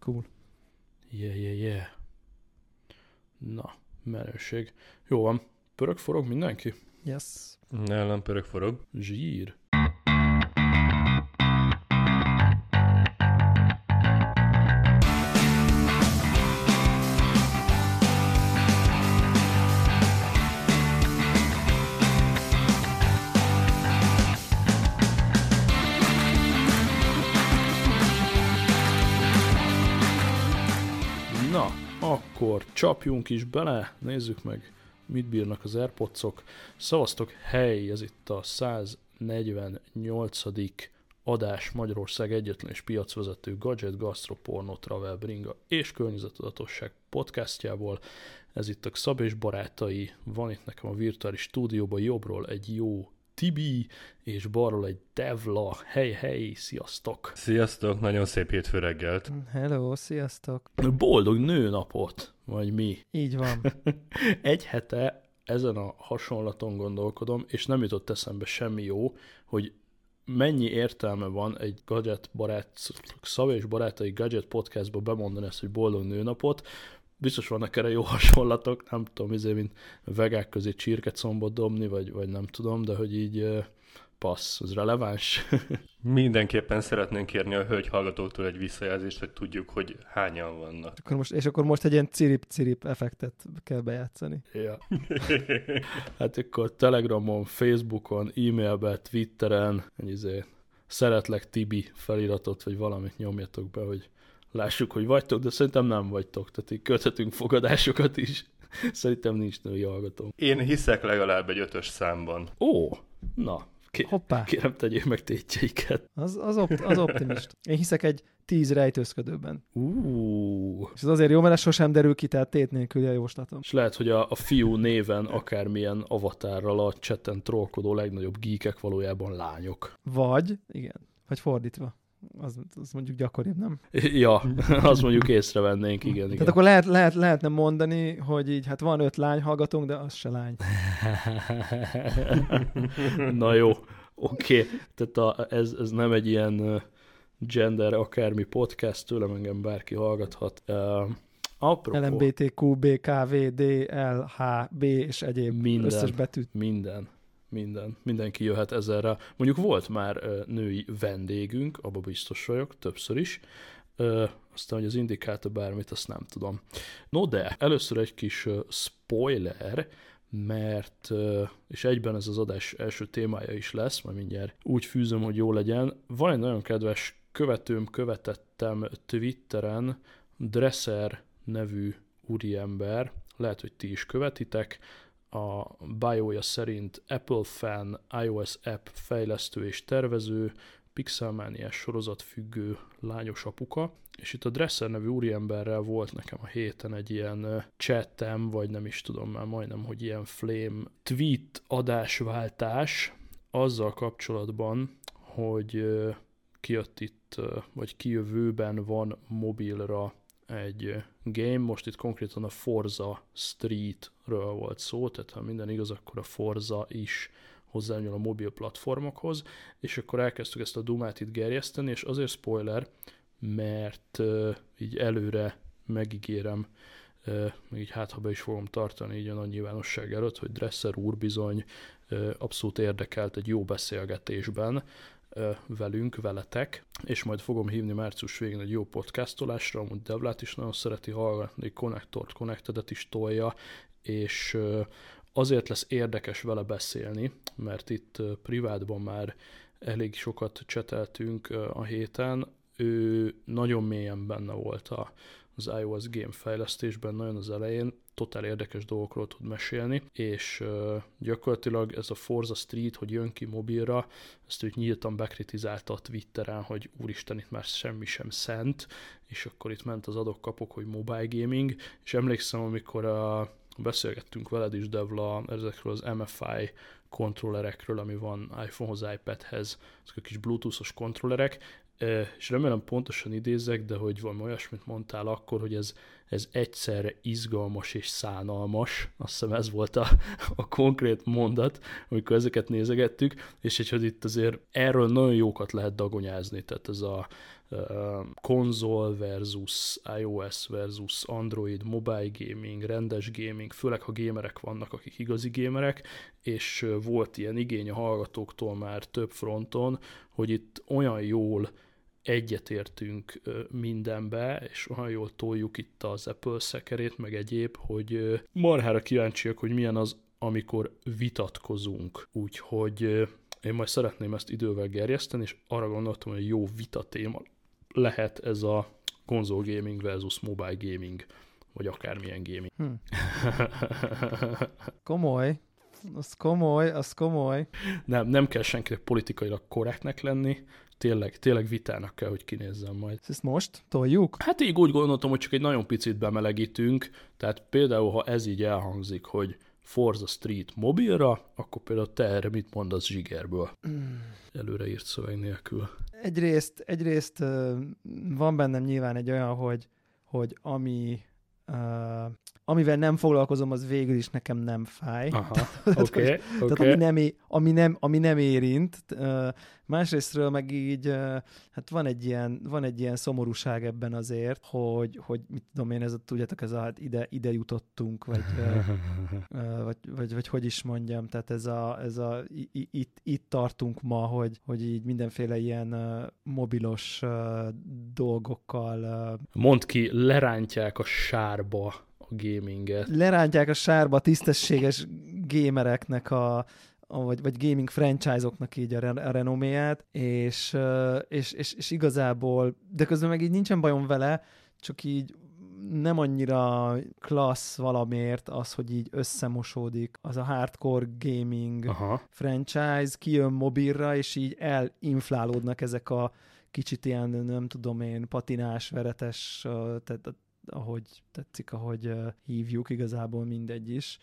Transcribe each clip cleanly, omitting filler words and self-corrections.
Cool. Yeah. Na, menőség. Jó van, pörög-forog mindenki? Yes. Nem pörög-forog. Zsír. Na, akkor csapjunk is bele, nézzük meg, mit bírnak az AirPods-ok. Szavaztok, hely, ez itt a 148. adás Magyarország egyetlen és piacvezető gadget, gastro, porno, travel, bringa és környezettudatosság podcastjából. Ez itt a Szab és barátai, van itt nekem a virtuális stúdióban jobbról egy jó Tibi, és balról egy Devla. Hey, sziasztok! Sziasztok, nagyon szép hétfő reggelt. Hello, sziasztok! Boldog nőnapot, vagy mi? Így van. Egy hete ezen a hasonlaton gondolkodom, és nem jutott eszembe semmi jó, hogy mennyi értelme van egy gadget barát, Szab és barátai gadget podcastba bemondani ezt, hogy boldog nőnapot. Biztos vannak erre jó hasonlatok, nem tudom, mint vegák közé csirkecombot dobni, vagy nem tudom, de hogy így passz, ez releváns. Mindenképpen szeretnénk kérni a hölgy hallgatóktól egy visszajelzést, hogy tudjuk, hogy hányan vannak. És akkor most egy ilyen cirip effektet kell bejátszani. Ja. Hát akkor Telegramon, Facebookon, e-mailben, Twitteren, szeretlek Tibi feliratot, vagy valamit nyomjatok be, hogy lássuk, hogy vagytok, de szerintem nem vagytok, tehát így köthetünk fogadásokat is. Szerintem nincs női hallgató. Én hiszek legalább egy 5-ös számban. Ó, na, Hoppá. Kérem, tegyék meg tétjeiket. Az optimist. Én hiszek egy 10 rejtőzködőben. És ez azért jó, mert ez sosem derül ki, tehát tét nélküli a jóslatom. És lehet, hogy a fiú néven akármilyen avatárral a chatten trollkodó legnagyobb geekek valójában lányok. Vagy fordítva. Az mondjuk gyakoribb, nem? Ja, azt mondjuk észrevennénk, igen. Tehát akkor lehetne mondani, hogy így, hát van 5 lány hallgatónk, de az se lány. Na jó, oké. Tehát ez nem egy ilyen gender akármi podcast, tőlem engem bárki hallgathat. Apropó, LMBTQ, BKV, D, L, H, B és egyéb összes betűt. Mindenki jöhet ezerre. Mondjuk volt már női vendégünk, abba biztos vagyok, többször is. Aztán, hogy az indikálta bármit, azt nem tudom. No de, először egy kis spoiler, mert, és egyben ez az adás első témája is lesz, majd mindjárt úgy fűzöm, hogy jó legyen. Van egy nagyon kedves követettem Twitteren, Dresser nevű úriember, lehet, hogy ti is követitek, a biója szerint Apple fan, iOS app fejlesztő és tervező, pixelmániás sorozatfüggő lányos apuka, és itt a Dresser nevű úriemberrel volt nekem a héten egy ilyen chatem, vagy nem is tudom már majdnem, hogy ilyen flame tweet adásváltás azzal kapcsolatban, hogy kijött itt, vagy kijövőben van mobilra egy game, most itt konkrétan a Forza Streetről volt szó, tehát ha minden igaz, akkor a Forza is hozzányúl a mobil platformokhoz, és akkor elkezdtük ezt a dumát itt gerjeszteni, és azért spoiler, mert így előre megígérem, meg így hát ha be is fogom tartani így a nagy nyilvánosság előtt, hogy Dresser úr bizony abszolút érdekelt egy jó beszélgetésben, veletek, és majd fogom hívni március végén egy jó podcastolásra, amúgy Devlát is nagyon szereti hallgatni, Connected-et is tolja, és azért lesz érdekes vele beszélni, mert itt privátban már elég sokat cseteltünk a héten, ő nagyon mélyen benne volt az iOS game fejlesztésben, nagyon az elején, totál érdekes dolgokról tud mesélni, és gyakorlatilag ez a Forza Street, hogy jön ki mobilra, ezt ő nyíltan bekritizálta a Twitteren, hogy úristen, itt már semmi sem szent, és akkor itt ment az adok-kapok, hogy mobile gaming, és emlékszem, amikor beszélgettünk veled is, Devla, ezekről az MFI kontrollerekről, ami van iPhone-hoz, iPad-hez, ezek a kis Bluetooth-os kontrollerek, és remélem pontosan idézek, de hogy valami olyasmit mondtál akkor, hogy ez egyszerre izgalmas és szánalmas, azt hiszem ez volt a konkrét mondat, amikor ezeket nézegettük, és hogy itt azért erről nagyon jókat lehet dagonyázni, tehát ez konzol versus iOS versus Android, mobile gaming, rendes gaming, főleg ha gémerek vannak, akik igazi gémerek, és volt ilyen igény a hallgatóktól már több fronton, hogy itt olyan jól egyetértünk mindenbe, és olyan jól toljuk itt az Apple szekerét, meg egyéb, hogy marhára kíváncsiak, hogy milyen az, amikor vitatkozunk. Úgyhogy én majd szeretném ezt idővel gerjeszteni, és arra gondoltam, hogy jó vita téma lehet ez a konzol gaming versus mobile gaming, vagy akármilyen gaming. Komoly. Az komoly. Nem kell senkinek politikailag korrektnek lenni, tényleg vitának kell, hogy kinézzem majd. Ezt most toljuk? Hát így úgy gondoltam, hogy csak egy nagyon picit bemelegítünk, tehát például, ha ez így elhangzik, hogy Forza Street mobilra, akkor például te erre mit mondasz zsigerből? Előreírt szöveg nélkül. Egyrészt van bennem nyilván egy olyan, hogy amivel nem foglalkozom, az végül is nekem nem fáj. Oké. Tehát ami nem érint. Másrésztről meg így, hát van egy ilyen szomorúság ebben azért, hogy mit tudom én, tudjátok, hát ide jutottunk, vagy hogy is mondjam, tehát itt tartunk ma, hogy így mindenféle ilyen mobilos dolgokkal. Mondd ki, lerántják a sárba a gaminget. Lerántják a sárba a tisztességes gamereknek vagy gaming franchise-oknak így a renoméját, és igazából, de közben meg így nincsen bajom vele, csak így nem annyira klassz valamiért az, hogy így összemosódik az a hardcore gaming franchise, kijön mobilra, és így elinflálódnak ezek a kicsit ilyen, nem tudom én, patinás, veretes, tehát ahogy tetszik, ahogy hívjuk, igazából mindegy is.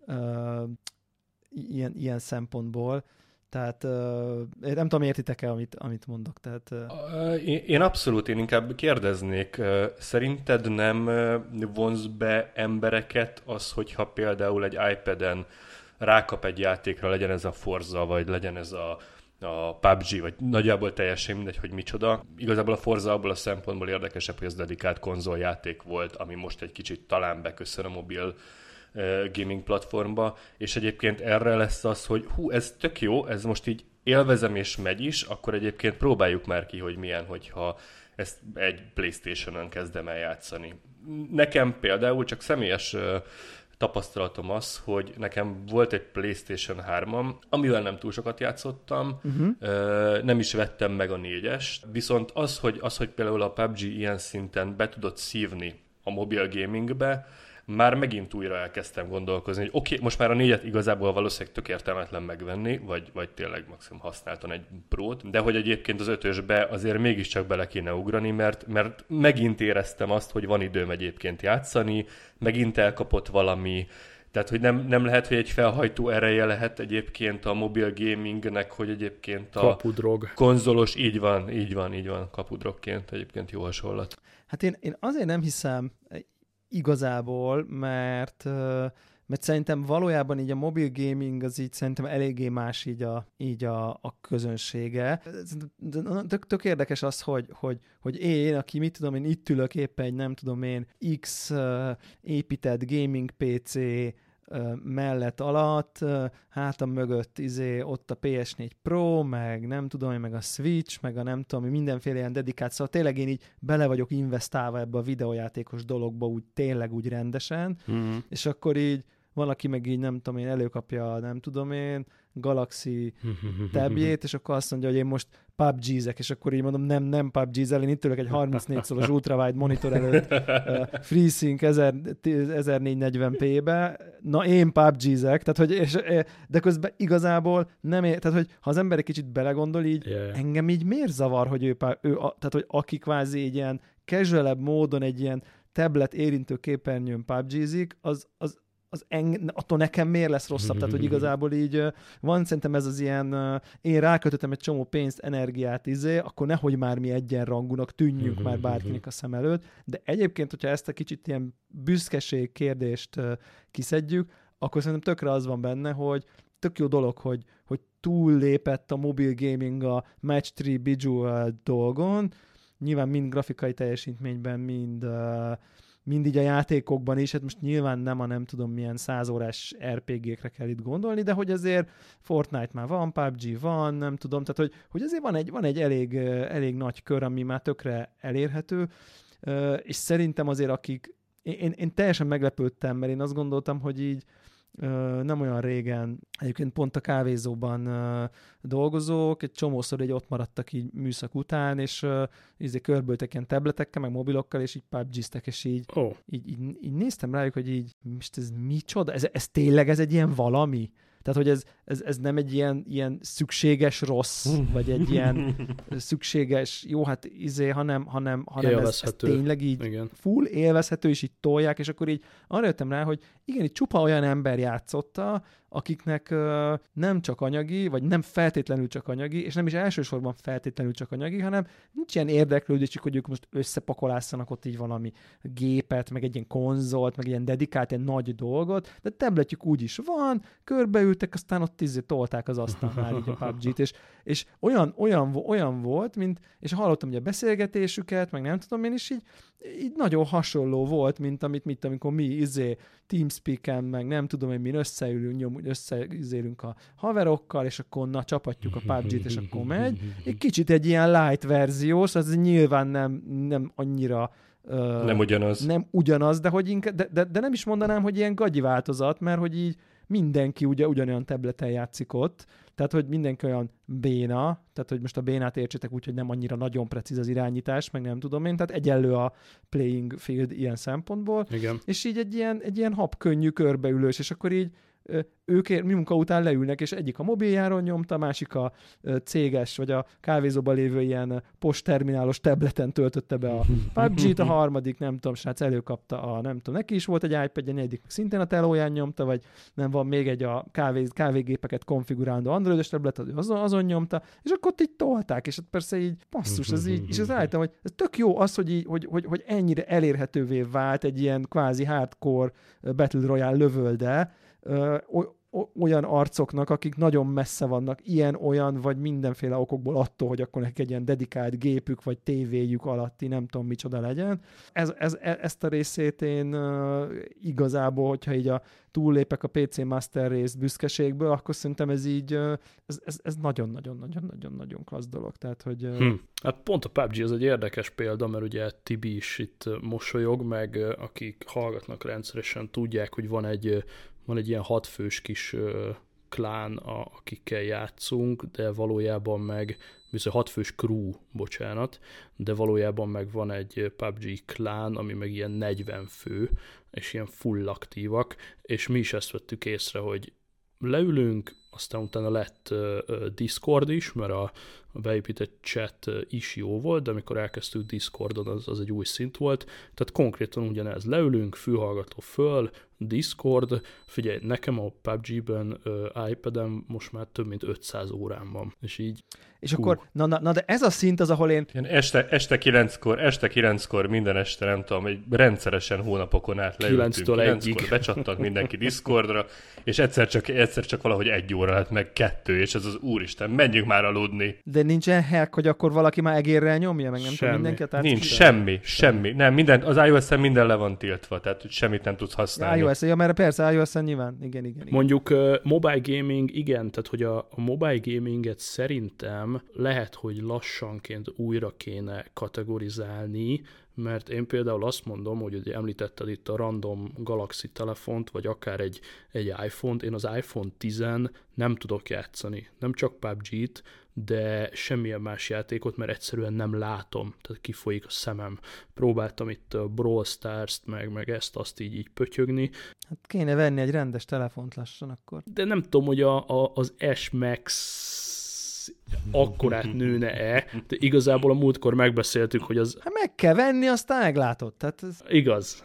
Ilyen szempontból. Tehát nem tudom, értitek-e, amit mondok? Tehát, Én abszolút, én inkább kérdeznék. Szerinted nem vonz be embereket az, hogyha például egy iPad-en rákap egy játékra, legyen ez a Forza, vagy legyen ez a PUBG, vagy nagyjából teljesen mindegy, hogy micsoda. Igazából a Forza abból a szempontból érdekesebb, hogy ez dedikált konzoljáték volt, ami most egy kicsit talán beköszön a mobil gaming platformba, és egyébként erre lesz az, hogy ez tök jó, ez most így élvezem és megy is, akkor egyébként próbáljuk már ki, hogy milyen, hogyha ezt egy PlayStation-on kezdem el játszani. Nekem például csak személyes tapasztalatom az, hogy nekem volt egy PlayStation 3-am, amivel nem túl sokat játszottam, nem is vettem meg a 4-est, viszont az, hogy például a PUBG ilyen szinten be tudott szívni a mobil gamingbe, már megint újra elkezdtem gondolkozni, hogy oké, most már a 4-et igazából valószínűleg tök értelmetlen megvenni, vagy tényleg maximum használtan egy prót, de hogy egyébként az 5-ösbe azért mégiscsak bele kéne ugrani, mert megint éreztem azt, hogy van időm egyébként játszani, megint elkapott valami, tehát hogy nem lehet, hogy egy felhajtó ereje lehet egyébként a mobil gamingnek, hogy egyébként a kapudrog. Konzolos, így van, kapudrogként egyébként jó hasonlat. Hát én azért nem hiszem igazából, mert szerintem valójában így a mobil gaming az így szerintem eléggé más így a közönsége. Tök érdekes az, hogy én, aki mit tudom én, itt ülök éppen egy nem tudom én X épített gaming PC mellett alatt, hátam mögött ott a PS4 Pro, meg nem tudom, meg a Switch, meg a nem tudom, mindenféle ilyen dedikált, szóval tényleg én így bele vagyok investálva ebbe a videójátékos dologba tényleg úgy rendesen, és akkor így valaki meg így nem tudom én, előkapja nem tudom én, Galaxy tabjét, és akkor azt mondja, hogy én most PUBG-zek, és akkor így mondom, nem PUBG-zel, én itt ülök egy 34 szoros ultrawide monitor előtt FreeSync 1440p-be, na én PUBG-zek, tehát hogy, de közben igazából nem tehát hogy ha az ember egy kicsit belegondol, így engem így miért zavar, hogy tehát hogy aki kvázi egy ilyen casual-ebb módon egy ilyen tablet érintő képernyőn PUBG-zik, attól nekem miért lesz rosszabb? Tehát, hogy igazából így van szerintem ez az ilyen, én rákötöttem egy csomó pénzt, energiát, akkor nehogy már mi egyenrangúnak tűnjünk már bárkinek a szem előtt, de egyébként, hogyha ezt a kicsit ilyen büszkeség kérdést kiszedjük, akkor szerintem tökre az van benne, hogy tök jó dolog, hogy túllépett a mobil gaming a Match 3 Bejeweled dolgon, nyilván mind grafikai teljesítményben, mind így a játékokban is, hát most nyilván nem tudom milyen 100 órás RPG-kre kell itt gondolni, de hogy azért Fortnite már van, PUBG van, nem tudom, tehát hogy azért van egy elég nagy kör, ami már tökre elérhető, és szerintem azért akik, én teljesen meglepődtem, mert én azt gondoltam, hogy így nem olyan régen, egyébként pont a kávézóban dolgozók, egy csomószor így ott maradtak így műszak után, és körböltek ilyen tabletekkel, meg mobilokkal, és így PUBG-ztek, és így néztem rájuk, hogy így, most ez micsoda? Ez tényleg ez egy ilyen valami? Tehát, hogy ez nem egy ilyen szükséges rossz, vagy egy ilyen szükséges, jó, hát hanem ez tényleg így igen. Full élvezhető, és így tolják, és akkor így arra jöttem rá, hogy igen, itt csupa olyan ember játszotta, akiknek nem csak anyagi, vagy nem feltétlenül csak anyagi, és nem is elsősorban feltétlenül csak anyagi, hanem nincs ilyen érdeklődésük, hogy ők most összepakolászanak ott így valami gépet, meg egy ilyen konzolt, meg ilyen dedikált, ilyen nagy dolgot, de tabletjük úgy is van, körbeültek, aztán ott tolták az asztalnál így a PUBG-t, és olyan volt, mint, és hallottam ugye a beszélgetésüket, meg nem tudom én is, így nagyon hasonló volt, mint amikor mi TeamSpeak-en, meg nem tudom én, mi összeülünk a haverokkal, és akkor csapatjuk a PUBG-t, és akkor megy. Egy kicsit egy ilyen light verzió, szóval ez nyilván nem annyira nem ugyanaz, de hogy de nem is mondanám, hogy ilyen gagyi változat, mert hogy így mindenki ugyanolyan tableten játszik ott, tehát hogy mindenki olyan béna, tehát hogy most a bénát értsétek úgy, hogy nem annyira nagyon precíz az irányítás, meg nem tudom én, tehát egyenlő a playing field ilyen szempontból, igen. És így egy ilyen habkönnyű körbeülős, és akkor így ők mi munka után leülnek, és egyik a mobiljáron nyomta, a másik a céges, vagy a kávézóban lévő ilyen postterminálos tableten töltötte be a PUBG-t, a harmadik, nem tudom, srác előkapta nem tudom, neki is volt egy iPad-je, negyedik szintén a telóján nyomta, vagy nem van még egy a kávégépeket konfiguráló androidos tablet, azon nyomta, és akkor ott így tolták, és persze így basszus, ez így, és ez rájöttem, hogy ez tök jó az, hogy ennyire elérhetővé vált egy ilyen kvázi hardcore Battle Royale lövölde, olyan arcoknak, akik nagyon messze vannak, ilyen-olyan, vagy mindenféle okokból attól, hogy akkor nekik egy ilyen dedikált gépük, vagy tévéjük alatti, nem tudom micsoda legyen. Ezt a részét én igazából, hogyha így túllépek a PC Master Race büszkeségből, akkor szerintem ez így, ez nagyon-nagyon-nagyon-nagyon klassz dolog. Tehát, hogy... Hát pont a PUBG az egy érdekes példa, mert ugye Tibi is itt mosolyog, meg akik hallgatnak rendszeresen tudják, hogy van egy ilyen 6 fős kis klán, akikkel játszunk, de valójában meg, viszont 6 fős crew, bocsánat, de valójában meg van egy PUBG klán, ami meg ilyen 40 fő, és ilyen full aktívak, és mi is ezt vettük észre, hogy leülünk, aztán utána lett Discord is, mert a beépített chat is jó volt, de amikor elkezdtük Discordon, az egy új szint volt, tehát konkrétan ugyanez, leülünk, fülhallgató föl, Discord, figyelj, nekem a PUBG-ben iPad-en most már több mint 500 órám van, és így... És akkor, na de ez a szint az, ahol én... Este 9-kor, minden este, nem tudom, egy rendszeresen hónapokon át leültünk. 9-kor becsattant mindenki Discordra, és egyszer csak valahogy 1 óra lett meg 2, és ez az úristen, menjünk már aludni. De nincsen hack, hogy akkor valaki már egérrel nyomja, meg nem tudom, mindenki a tárcát? Nincs, semmi. Nem, az iOS-en minden le van tiltva, tehát semmit nem tudsz használni. Ja, mert persze iOS-en nyilván, igen. Mondjuk mobile gaming, igen, tehát hogy a mobile gaminget szerintem lehet, hogy lassanként újra kéne kategorizálni, mert én például azt mondom, hogy említetted itt a random Galaxy telefont, vagy akár egy iPhone-t, én az iPhone 10 nem tudok játszani, nem csak PUBG-t, de semmilyen más játékot, mert egyszerűen nem látom, tehát kifolyik a szemem. Próbáltam itt a Brawl Stars-t, meg ezt-azt így pötyögni. Hát kéne venni egy rendes telefont lassan akkor. De nem tudom, hogy az S-Max akkorát nőne-e, de igazából a múltkor megbeszéltük, hogy az... Hát meg kell venni, aztán meglátod. Tehát ez... Igaz.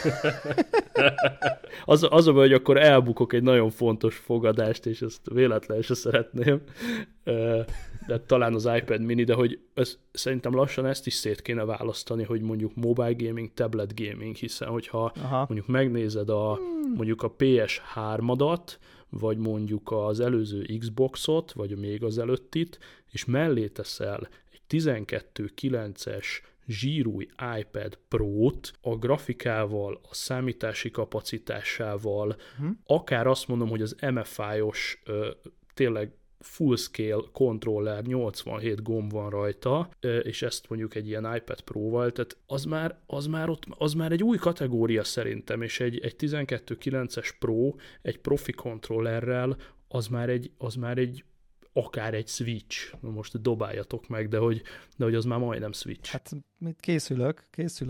az a baj, hogy akkor elbukok egy nagyon fontos fogadást, és ezt véletlenül se szeretném. De talán az iPad mini, de hogy szerintem lassan ezt is szét kéne választani, hogy mondjuk mobile gaming, tablet gaming, hiszen hogyha mondjuk megnézed mondjuk a PS3-adat, vagy mondjuk az előző Xboxot, vagy még az előttit, és mellé teszel egy 12.9-es zsírúj iPad Pro-t a grafikával, a számítási kapacitásával, akár azt mondom, hogy az MFI-os tényleg full scale controller, 87 gomb van rajta, és ezt mondjuk egy ilyen iPad Pro-val, tehát az már egy új kategória szerintem, és egy 12.9-es Pro, egy profi kontrollerrel, az már egy akár egy Switch. Most dobáljatok meg, de hogy az már majdnem Switch. Hát készülök.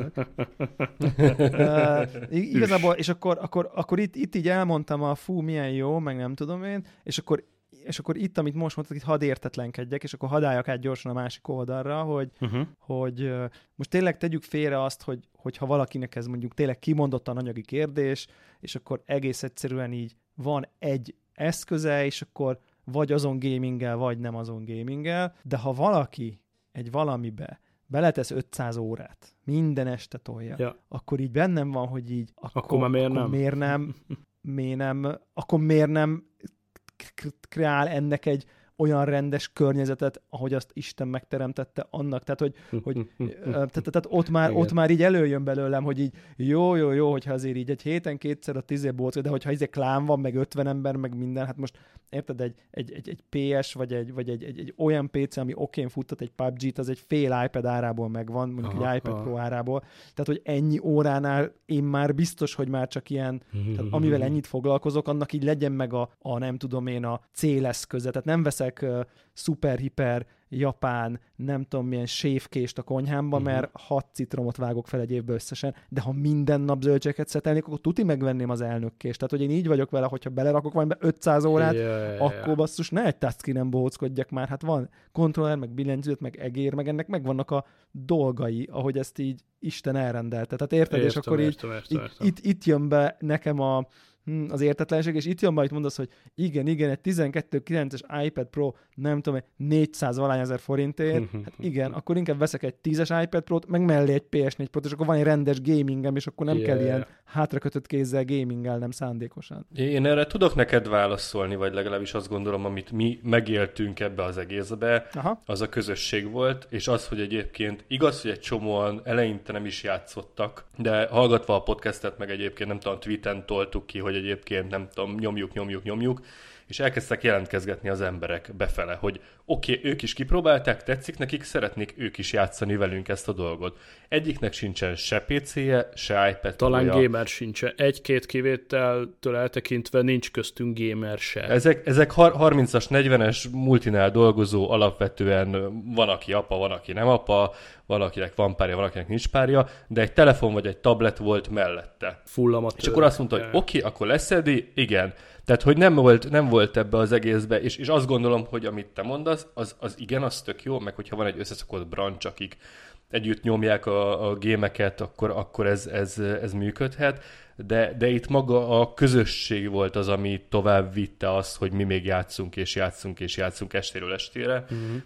Igazából, és akkor itt így elmondtam milyen jó, meg nem tudom én, és akkor itt, amit most mondtad, itt hadd értetlenkedjek, és akkor hadd álljak át gyorsan a másik oldalra, hogy most tényleg tegyük félre azt, hogy ha valakinek ez mondjuk tényleg kimondottan anyagi kérdés, és akkor egész egyszerűen így van egy eszköze, és akkor vagy azon gaminggel, vagy nem azon gaminggel, de ha valaki egy valamibe beletesz 500 órát, minden este tolja, akkor így bennem van, hogy így akkor miért nem kreál ennek egy olyan rendes környezetet, ahogy azt Isten megteremtette annak. Tehát, tehát ott már így előjön belőlem, hogy így jó, hogyha azért így egy héten kétszer a 10 bolc, de hogyha egy klán van, meg 50 ember, meg minden, hát most érted, egy PS, vagy egy olyan PC, ami okén futtat egy PUBG-t, az egy fél iPad árából megvan, mondjuk egy iPad Pro árából. Tehát, hogy ennyi óránál én már biztos, hogy már csak ilyen, tehát amivel ennyit foglalkozok, annak így legyen meg a nem tudom én, a céleszköze. Tehát nem veszek szuper-hiper japán, nem tudom milyen sévkést a konyhámba, mert 6 citromot vágok fel egy évbe összesen, de ha minden nap zöldségeket szetelnék, akkor tuti megvenném az elnökkést. Tehát, hogy én így vagyok vele, hogyha belerakok valamibe 500 órát, akkor basszus, ne egy touchscreen-en bohóckodjak már, hát van kontroller, meg billentyűzet, meg egér, meg ennek megvannak a dolgai, ahogy ezt így Isten elrendelte. Tehát érted? És akkor értem. Itt jön be nekem az értetlenség, és itt jön be, itt mondasz, hogy igen, egy 12.9-es iPad Pro, nem tudom, 400 valány ezer forintért, hát igen, akkor inkább veszek egy 10-es iPad Pro-t, meg mellé egy PS4 Pro-t, és akkor van egy rendes gamingem, és akkor nem kell ilyen hátrakötött kézzel gamingelnem szándékosan. Én erre tudok neked válaszolni, vagy legalábbis azt gondolom, amit mi megéltünk ebbe az egészbe, az a közösség volt, és az, hogy egyébként igaz, hogy egy csomóan eleinte nem is játszottak, de hallgatva a podcastet, meg egyébként nem tudom, Twitteren toltuk ki, hogy egyébként nem tudom, nyomjuk, és elkezdtek jelentkezgetni az emberek befele, hogy oké, ők is kipróbálták, tetszik nekik, szeretnék ők is játszani velünk ezt a dolgot. Egyiknek sincsen se PC-je, se iPad talán gamer sincsen. Egy-két kivételtől eltekintve nincs köztünk gamer se. Ezek 30-as, 40-es multinál dolgozó, alapvetően van, aki apa, van, aki nem apa, valakinek van párja, valakinek nincs párja, de egy telefon vagy egy tablet volt mellette. Full amatőr. És akkor azt mondta, hogy oké, akkor lesz Edi? Igen. Tehát, hogy nem volt ebbe az egészbe, és azt gondolom, hogy amit te mondasz, az igen, az tök jó, meg hogyha van egy összeszokott branch, akik együtt nyomják a gémeket, akkor ez működhet, de itt maga a közösség volt az, ami tovább vitte azt, hogy mi még játszunk estéről estére.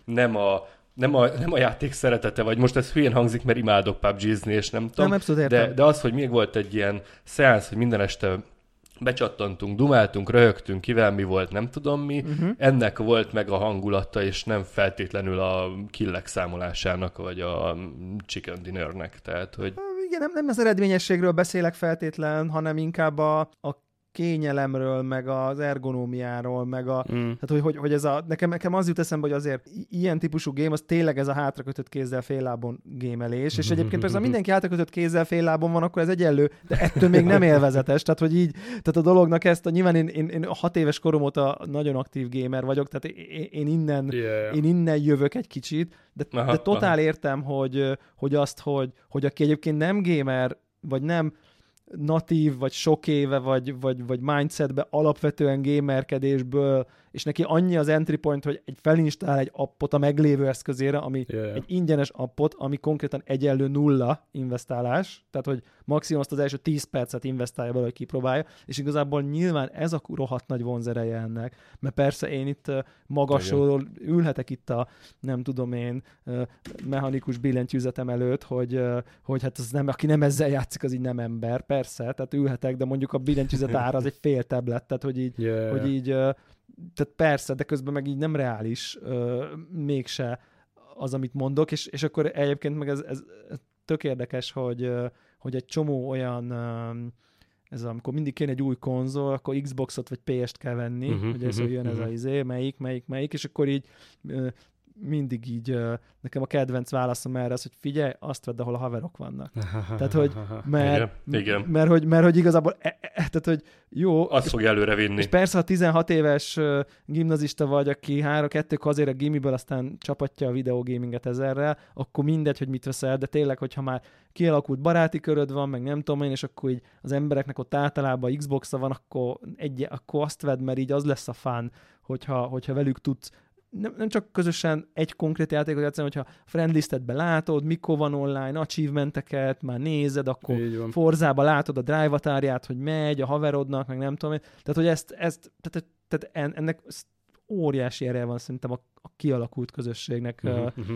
Nem a játék szeretete, vagy most ez hülyén hangzik, mert imádok PUBG-zni, és nem tudom, de az, hogy még volt egy ilyen szeánsz, hogy minden este becsattantunk, dumáltunk, röhögtünk, kivel mi volt, nem tudom mi. Ennek volt meg a hangulata, és nem feltétlenül a killek számolásának, vagy a chicken dinnernek. Tehát, hogy... Igen, nem az eredményességről beszélek feltétlen, hanem inkább a kényelemről, meg az ergonómiáról, meg tehát, hogy ez nekem az jut eszembe, hogy azért ilyen típusú game, az tényleg ez a hátrakötött kézzel fél lábon gémelés, és egyébként persze, ha mindenki hátrakötött kézzel fél lábon van, akkor ez egyenlő, de ettől még nem élvezetes, tehát, hogy így, tehát a dolognak nyilván én 6 éves korom óta nagyon aktív gamer vagyok, tehát én innen jövök egy kicsit, de totál értem, hogy aki egyébként nem gamer, vagy nem natív, vagy sok éve, vagy mindsetbe alapvetően gamerkedésből, és neki annyi az entry point, hogy felinstál egy appot a meglévő eszközére, ami egy ingyenes appot, ami konkrétan egyenlő 0 investálás, tehát hogy maximum azt az első 10 percet investálja bele, hogy kipróbálja, és igazából nyilván ez a rohadt nagy vonzereje ennek, mert persze én itt magasról ülhetek itt a, nem tudom én, mechanikus billentyűzetem előtt, hogy hát az nem, aki nem ezzel játszik, az így nem ember, persze, tehát ülhetek, de mondjuk a billentyűzet ára az egy fél tablet, tehát hogy így tehát persze, de közben meg így nem reális mégse az, amit mondok, és akkor egyébként meg ez tök érdekes, hogy egy csomó olyan amikor mindig kéne egy új konzol, akkor Xboxot vagy PS-t kell venni, hogy ez jön ez a izé, melyik, és akkor így mindig így nekem a kedvenc válaszom erre az, hogy figyelj, azt vedd, ahol a haverok vannak. Tehát, hogy mert hogy igazából tehát, hogy jó. Azt fogja előre vinni. És persze, ha 16 éves gimnazista vagy, aki 3-2 azért a gimiből aztán csapatja a videogaminget ezerrel, akkor mindegy, hogy mit veszel, de tényleg, hogyha már kialakult baráti köröd van, meg nem tudom én, és akkor így az embereknek ott általában Xbox-a van, akkor azt vedd, mert így az lesz a fun, hogyha velük tudsz nem csak közösen egy konkrét játékot játszani, hogyha friendlistedben látod, mikor van online, achievementeket, már nézed, akkor Forzába látod a drive-atárját, hogy megy, a haverodnak, meg nem tudom én. Tehát, hogy ennek óriási ereje van szerintem a kialakult közösségnek.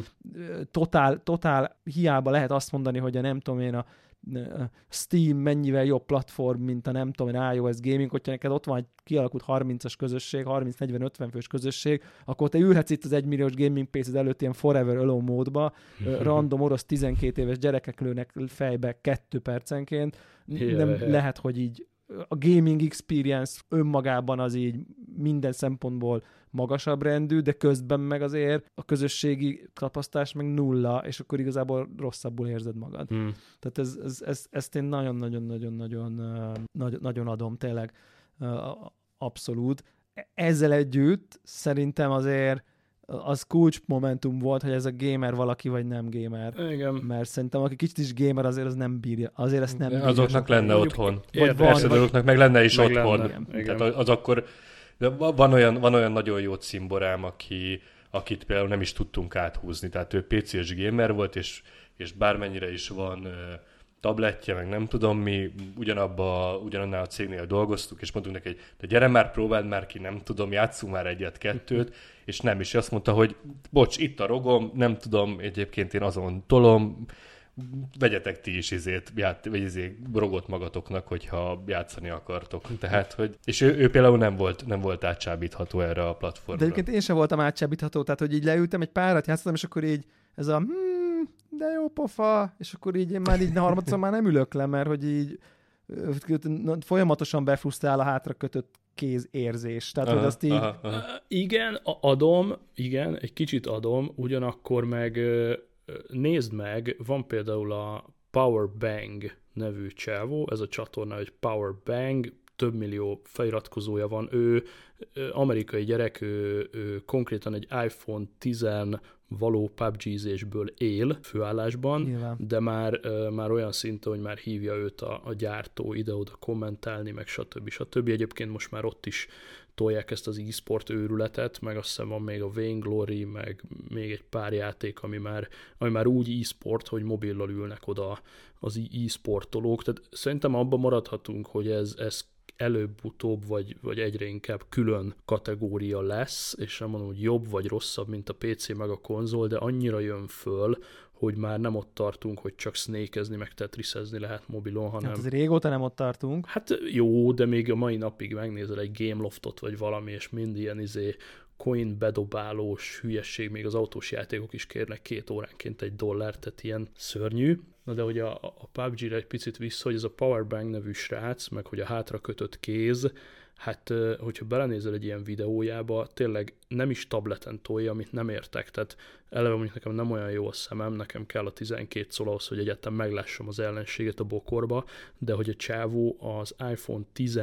Totál hiába lehet azt mondani, hogy a nem tudom én, a Steam mennyivel jobb platform, mint a nem tudom én, iOS gaming, hogyha neked ott van egy kialakult 30-as közösség, 30-40-50 fős közösség, akkor te ülhetsz itt az 1 milliós gaming PC-d előtt ilyen forever alone módba, random orosz 12 éves gyerekek lőnek fejbe 2 percenként. Nem lehet, hogy így a gaming experience önmagában az így minden szempontból magasabb rendű, de közben meg azért a közösségi tapasztalás meg nulla, és akkor igazából rosszabbul érzed magad. Tehát ezt én nagyon adom tényleg abszolút. Ezzel együtt szerintem azért az kulcsmomentum volt, hogy ez a gamer valaki, vagy nem gamer. Igen. Mert szerintem aki kicsit is gamer, azért az nem bírja. Azért ezt nem bírja. Azoknak lenne otthon. Vagy azoknak meg lenne is meg otthon. Lenne. Tehát az akkor... De van olyan nagyon jó cimborám, akit például nem is tudtunk áthúzni. Tehát ő PC-s gamer volt, és bármennyire is van tabletje, meg nem tudom mi, ugyanannál a cégnél dolgoztuk, és mondtunk neki, hogy de gyere már, próbáld már ki, nem tudom, játsszunk már egyet-kettőt, és nem is. Azt mondta, hogy bocs, itt a rogom, nem tudom, egyébként én azon tolom, vegyetek ti is rogot magatoknak, hogyha játszani akartok. Tehát, hogy... És ő például nem volt átcsábítható erre a platformra. De egyébként én sem voltam átcsábítható, tehát hogy így leültem, egy párat játszottam, és akkor így ez a de jó pofa, és akkor így én már így harmadszor már nem ülök le, mert hogy így folyamatosan befrusztrál a hátra kötött kéz érzés. Tehát, hogy azt így... Igen, egy kicsit adom, ugyanakkor meg nézd meg, van például a Powerbang nevű csávó, ez a csatorna, hogy Powerbang, több millió feliratkozója van, ő amerikai gyerek, ő konkrétan egy iPhone 10 való PUBG-zésből él főállásban, nyilván. De már olyan szinten, hogy már hívja őt a gyártó ide-oda kommentálni, meg stb. Egyébként most már ott is tolják ezt az e-sport őrületet, meg azt hiszem van még a Vainglory, meg még egy pár játék, ami már úgy e-sport, hogy mobillal ülnek oda az e-sportolók. Tehát szerintem abban maradhatunk, hogy ez előbb-utóbb, vagy egyre inkább külön kategória lesz, és nem mondom, hogy jobb vagy rosszabb, mint a PC meg a konzol, de annyira jön föl, hogy már nem ott tartunk, hogy csak snakezni, meg tetrisezni lehet mobilon, hanem... Hát azért régóta nem ott tartunk. Hát jó, de még a mai napig megnézel egy Gameloftot, vagy valami, és mind ilyen coin bedobálós hülyesség, még az autós játékok is kérnek 2 óránként $1, tehát ilyen szörnyű. Na de hogy a PUBG-re egy picit vissza, hogy ez a Powerbank nevű srác, meg hogy a hátra kötött kéz, hát hogyha belenézel egy ilyen videójába, tényleg nem is tableten tolja, amit nem értek. Tehát eleve mondjuk nekem nem olyan jó a szemem, nekem kell a 12 szól ahhoz, hogy egyáltalán meglássam az ellenséget a bokorba, de hogy a csávó az iPhone 10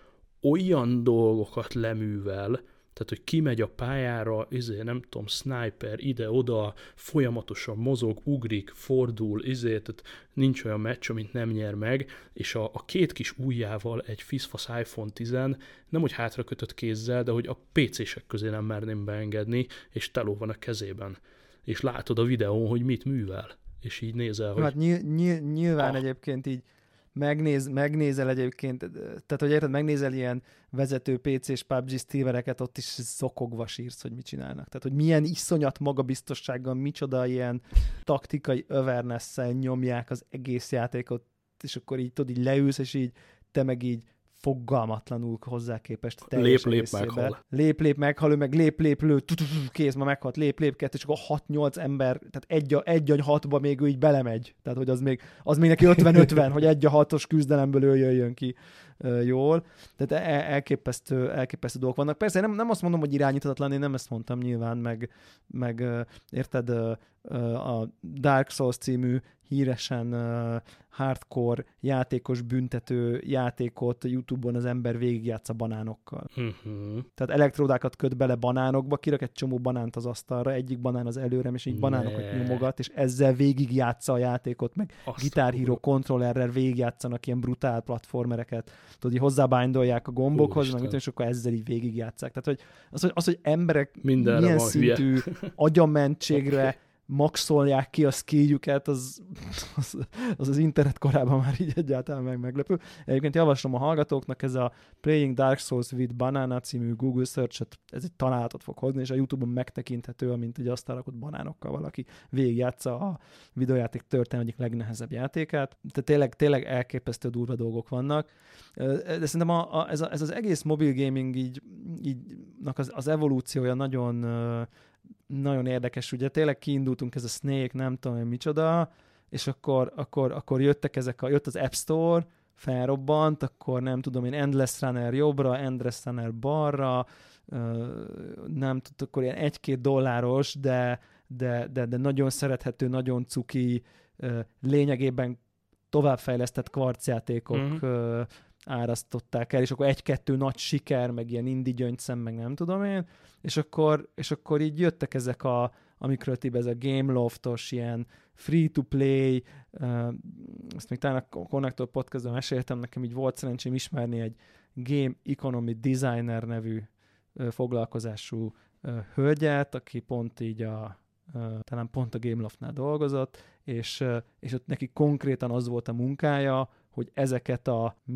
olyan dolgokat leművel, tehát, hogy kimegy a pályára, nem tudom, sniper, ide-oda, folyamatosan mozog, ugrik, fordul, tehát nincs olyan meccs, amit nem nyer meg, és a 2 kis ujjával egy fiszfasz iPhone 10 nem hogy hátra kötött kézzel, de hogy a PC-sek közé nem merném beengedni, és teló van a kezében. És látod a videón, hogy mit művel. És így nézel, hogy... Hát nyilván egyébként így megnézel egyébként, tehát hogy érted, megnézel ilyen vezető PC-s PUBG streamereket, ott is szokogva sírsz, hogy mit csinálnak. Tehát, hogy milyen iszonyat magabiztossággal, micsoda ilyen taktikai awareness-szel nyomják az egész játékot, és akkor így tudod, így leülsz, és így te meg így fogalmatlanul hozzá képest a teljes Lép, egészébe. meghal. Lép, meghal, meg lép, lő, kész, ma meghalt, lép, kettő, és akkor 6-8 ember, tehát egy a 6-ba még ő így belemegy. Tehát, hogy az még neki 50-50, hogy 1-6-os küzdelemből ő jöjjön ki jól. Tehát elképesztő dolgok vannak. Persze nem azt mondom, hogy irányíthatatlan, én nem ezt mondtam nyilván, meg érted, a Dark Souls című híresen hardcore játékos büntető játékot YouTube-on az ember végigjátsza banánokkal. Tehát elektródákat köt bele banánokba, kirak egy csomó banánt az asztalra, egyik banán az előrem, és így banánokat nyomogat, és ezzel végigjátsza a játékot, meg Guitar Hero kontrollerrel végigjátszanak ilyen brutál platformereket. Tudod, így hozzábándolják a gombokhoz, meg és akkor ezzel így végigjátszák. Tehát, hogy az, hogy emberek mindenre milyen szintű agyamentségre maxolják ki a skilljüket, az internet korában már így egyáltalán meglepő. Egyébként javaslom a hallgatóknak, ez a Playing Dark Souls with Banana című Google search-et, ez egy találatot fog hozni, és a YouTube-on megtekinthető, amint ugye azt rakott banánokkal valaki végigjátsza a videójáték történet egyik legnehezebb játékát. Tehát tényleg elképesztő durva dolgok vannak. De szerintem ez az egész mobile gaming így az evolúciója nagyon érdekes, ugye tényleg kiindultunk ez a Snake, nem tudom én micsoda, és akkor jött az App Store, felrobbant, akkor nem tudom én, Endless Runner jobbra, Endless Runner balra, nem tudom, akkor ilyen $1-2, de nagyon szerethető, nagyon cuki, lényegében továbbfejlesztett kvarcjátékok árasztották el, és akkor 1-2 nagy siker, meg ilyen indie gyöngyszem, meg nem tudom én, és akkor így jöttek ezek amikről ez a Gameloftos, ilyen free-to-play, ezt még talán a Connector Podcastban meséltem, nekem így volt szerencsém ismerni egy Game Economy Designer nevű foglalkozású hölgyet, aki pont így talán pont a Gameloftnál dolgozott, és ott neki konkrétan az volt a munkája, hogy ezeket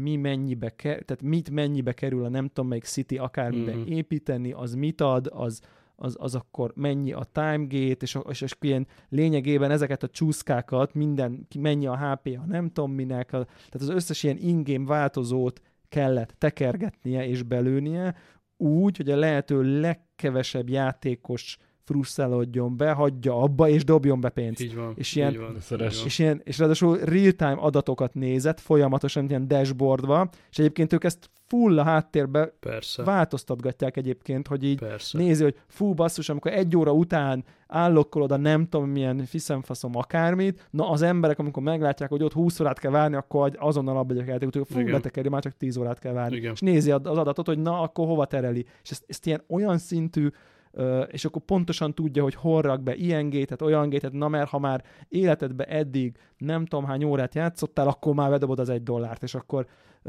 tehát mit mennyibe kerül a nem tudom melyik city akármiben építeni, az mit ad, az akkor mennyi a timegate, és ilyen lényegében ezeket a csúszkákat, mennyi a HP-a nem tudom minek, tehát az összes ilyen in-game változót kellett tekergetnie és belőnie, úgy, hogy a lehető legkevesebb játékos frusztrálódjon be, hagyja abba, és dobjon be pénzt. Így van, és és ráadásul real-time adatokat nézett, folyamatosan ilyen dashboardba, és egyébként ők ezt full a háttérbe változtatgatják egyébként, hogy így nézi, hogy fú, basszus, amikor 1 óra után állokkolod a nem tudom milyen fiszemfaszom akármit, na az emberek, amikor meglátják, hogy ott 20 órát kell várni, akkor azonnal abba egy játékot, fú, betekeri, már csak 10 órát kell várni. Igen. És nézi az adatot, hogy na, akkor hova tereli. És ezt ilyen olyan szintű és akkor pontosan tudja, hogy hol rak be ilyen gétet, olyan gétet, na mert ha már életedbe eddig nem tudom hány órát játszottál, akkor már bedobod az $1, és akkor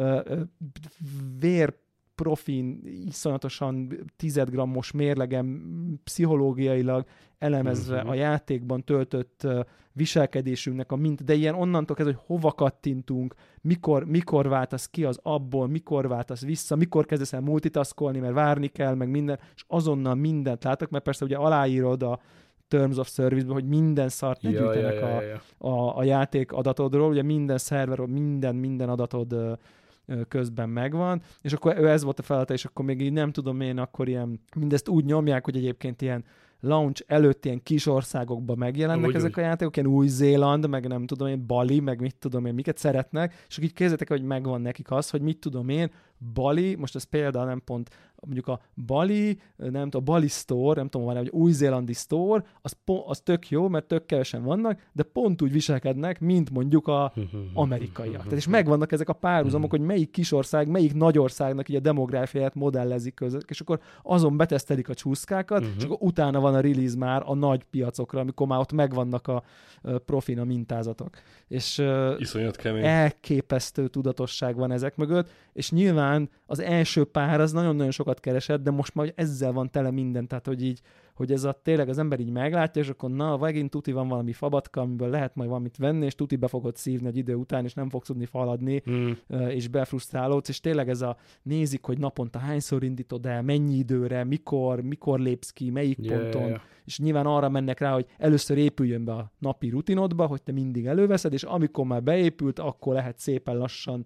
vérprofin, iszonyatosan 10 grammos mérlegem pszichológiailag elemezve a játékban töltött viselkedésünknek a de ilyen onnantól kezdve, hogy hova kattintunk, mikor váltasz ki az abból, mikor váltasz vissza, mikor kezdesz el multitaskolni, mert várni kell, meg minden, és azonnal mindent látok, mert persze ugye aláírod a Terms of Service-be, hogy minden szart ne gyűjtenek a játék adatodról, ugye minden szerverről, minden adatod közben megvan, és akkor ez volt a feladata, és akkor még így nem tudom én, akkor ilyen mindezt úgy nyomják, hogy egyébként ilyen launch előtt ilyen kis országokban megjelennek ezek a játékok, ilyen Új-Zéland, meg nem tudom én, Bali, meg mit tudom én, miket szeretnek, és akkor így képzeljétek, hogy megvan nekik az, hogy mit tudom én, Bali, most ez például nem pont, mondjuk a Bali, nem tudom, a Bali Store, nem tudom, van egy új-zélandi store, az tök jó, mert tök kevesen vannak, de pont úgy viselkednek, mint mondjuk a amerikaiak. Tehát és megvannak ezek a párhuzamok, hogy melyik kisország, melyik nagyországnak így a demográfiáját modellezik között, és akkor azon betesztelik a csúszkákat, és akkor utána van a release már a nagy piacokra, amikor már ott megvannak a profin a mintázatok. És iszonyat kemény. Elképesztő tudatosság van ezek mögött, és nyilván az első pár az nagyon-nagyon sokat keresett, de most már ezzel van tele minden, tehát hogy ez tényleg az ember így meglátja, és akkor na, megint tuti van valami fabatka, amiből lehet majd valamit venni, és tuti be fogod szívni egy idő után, és nem fogsz tudni faladni, és befrusztrálódsz, és tényleg nézik, hogy naponta hányszor indítod el, mennyi időre, mikor lépsz ki, melyik ponton, és nyilván arra mennek rá, hogy először épüljön be a napi rutinodba, hogy te mindig előveszed, és amikor már beépült, akkor lehet szépen lassan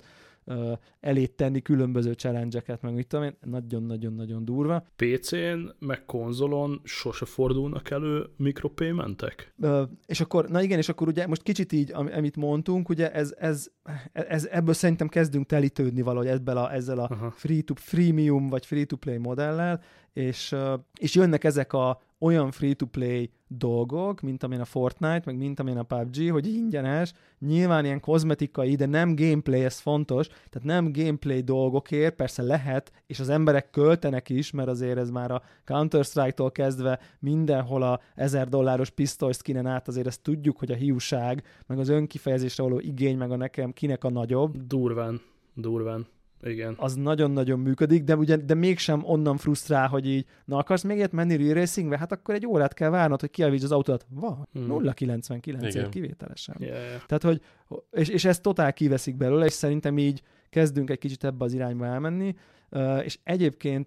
elé tenni különböző challenge-eket, meg mit tudom én, nagyon-nagyon-nagyon durva. PC-n, meg konzolon sose fordulnak elő mikropaymentek? És akkor, na igen, és akkor ugye most kicsit így, amit mondtunk, ugye ebből szerintem kezdünk telítődni valahogy ezzel a freemium vagy free-to-play modellel, és jönnek ezek olyan free-to-play dolgok, mint amilyen a Fortnite, meg mint amilyen a PUBG, hogy ingyenes, nyilván ilyen kozmetikai, de nem gameplay, ez fontos, tehát nem gameplay dolgokért, persze lehet, és az emberek költenek is, mert azért ez már a Counter-Strike-tól kezdve mindenhol a $1000 pisztoly skinen át, azért ezt tudjuk, hogy a hiúság, meg az önkifejezésre való igény, meg a nekem kinek a nagyobb. Durván. Igen. Az nagyon-nagyon működik, de mégsem onnan frusztrál, hogy így, na akarsz még ilyet menni racingbe? Hát akkor egy órát kell várnod, hogy kijavítsd az autót. Van, 0,99 kivételesen. Yeah. Tehát, hogy, és ezt totál kiveszik belőle, és szerintem így kezdünk egy kicsit ebbe az irányba elmenni, és egyébként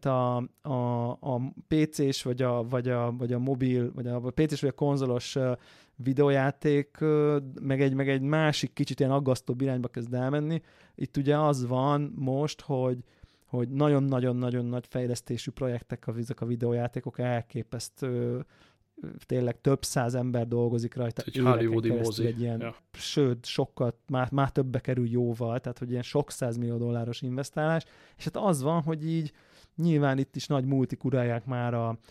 a PC-s, vagy a mobil, vagy a PC-s, vagy a konzolos videójáték, meg egy másik kicsit ilyen aggasztóbb irányba kezd elmenni. Itt ugye az van most, hogy nagyon-nagyon-nagyon nagy fejlesztésű projektek ezek a videójátékok, elképesztő, tényleg több száz ember dolgozik rajta. Egy hollywoodi mozi. Sőt, sokkal, már többbe kerül jóval, tehát hogy ilyen sok $100 millió investálás, és hát az van, hogy így nyilván itt is nagy multik urálják már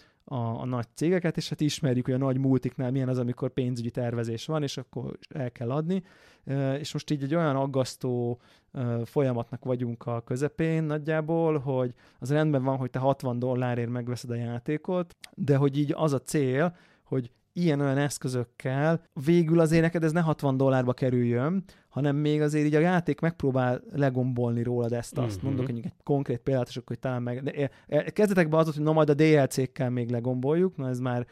a nagy cégeket, és hát ismerjük, hogy a nagy multiknál milyen az, amikor pénzügyi tervezés van, és akkor el kell adni. És most így egy olyan aggasztó folyamatnak vagyunk a közepén nagyjából, hogy az rendben van, hogy te $60 megveszed a játékot, de hogy így az a cél, hogy ilyen-olyan eszközökkel végül azért neked ez ne $60 kerüljön, hanem még azért így a játék megpróbál legombolni rólad ezt-azt. Mondok egy konkrét példát, és akkor talán meg... Kezdetekben az volt, hogy na majd a DLC-kkel még legomboljuk, na ez már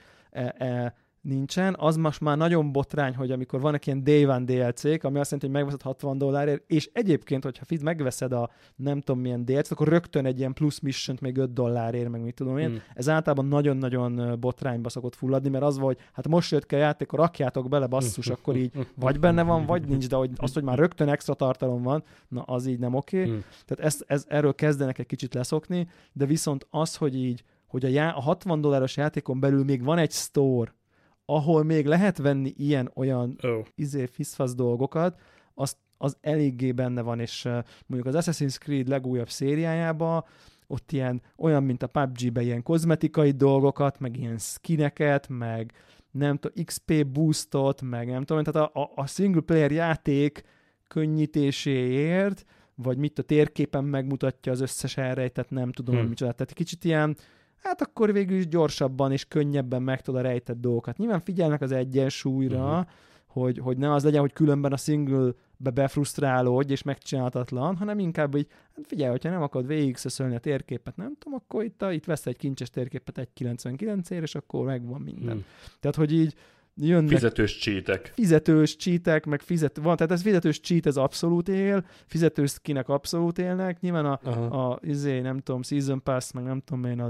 nincsen. Az most már nagyon botrány, hogy amikor vannak ilyen Day One DLC-k, ami azt jelenti, hogy megveszed $60, és egyébként, hogyha megveszed a nem tudom milyen DLC-t, akkor rögtön egy ilyen plusz mission-t még $5, meg mit tudom én. Ez általában nagyon-nagyon botrányba szokott fulladni, mert az van, hogy hát most jött ki a játék, akkor rakjátok bele, basszus, akkor így vagy benne van, vagy nincs, de hogy már rögtön extra tartalom van, na az így nem oké. Tehát erről kezdenek egy kicsit leszokni, de viszont az, hogy így, hogy a $60 játékon belül még van egy store, ahol még lehet venni ilyen-olyan fiszfasz dolgokat, az eléggé benne van, és mondjuk az Assassin's Creed legújabb szériájában ott olyan, mint a PUBG-ben ilyen kozmetikai dolgokat, meg ilyen skineket, meg nem tudom, XP boostot, meg nem tudom, tehát a single player játék könnyítéséért, vagy mit a térképen megmutatja az összes elrejtett, nem tudom, micsoda. Tehát kicsit ilyen, hát akkor végül is gyorsabban és könnyebben megtud a rejtett dolgokat. Nyilván figyelnek az egyensúlyra, hogy ne az legyen, hogy különben a single-be befrusztrálódj és megcsinálhatatlan, hanem inkább így, hát figyelj, hogyha nem akarod végigszöszölni a térképet, nem tudom, akkor itt vesz egy kincses térképet 1,99 és akkor megvan minden. Tehát, hogy így jönnek... Fizetős cheatek, meg van, tehát ez fizetős cheat, ez abszolút él, fizetős skinek abszolút élnek, nyilván nem tudom, Season Pass, meg nem tudom én,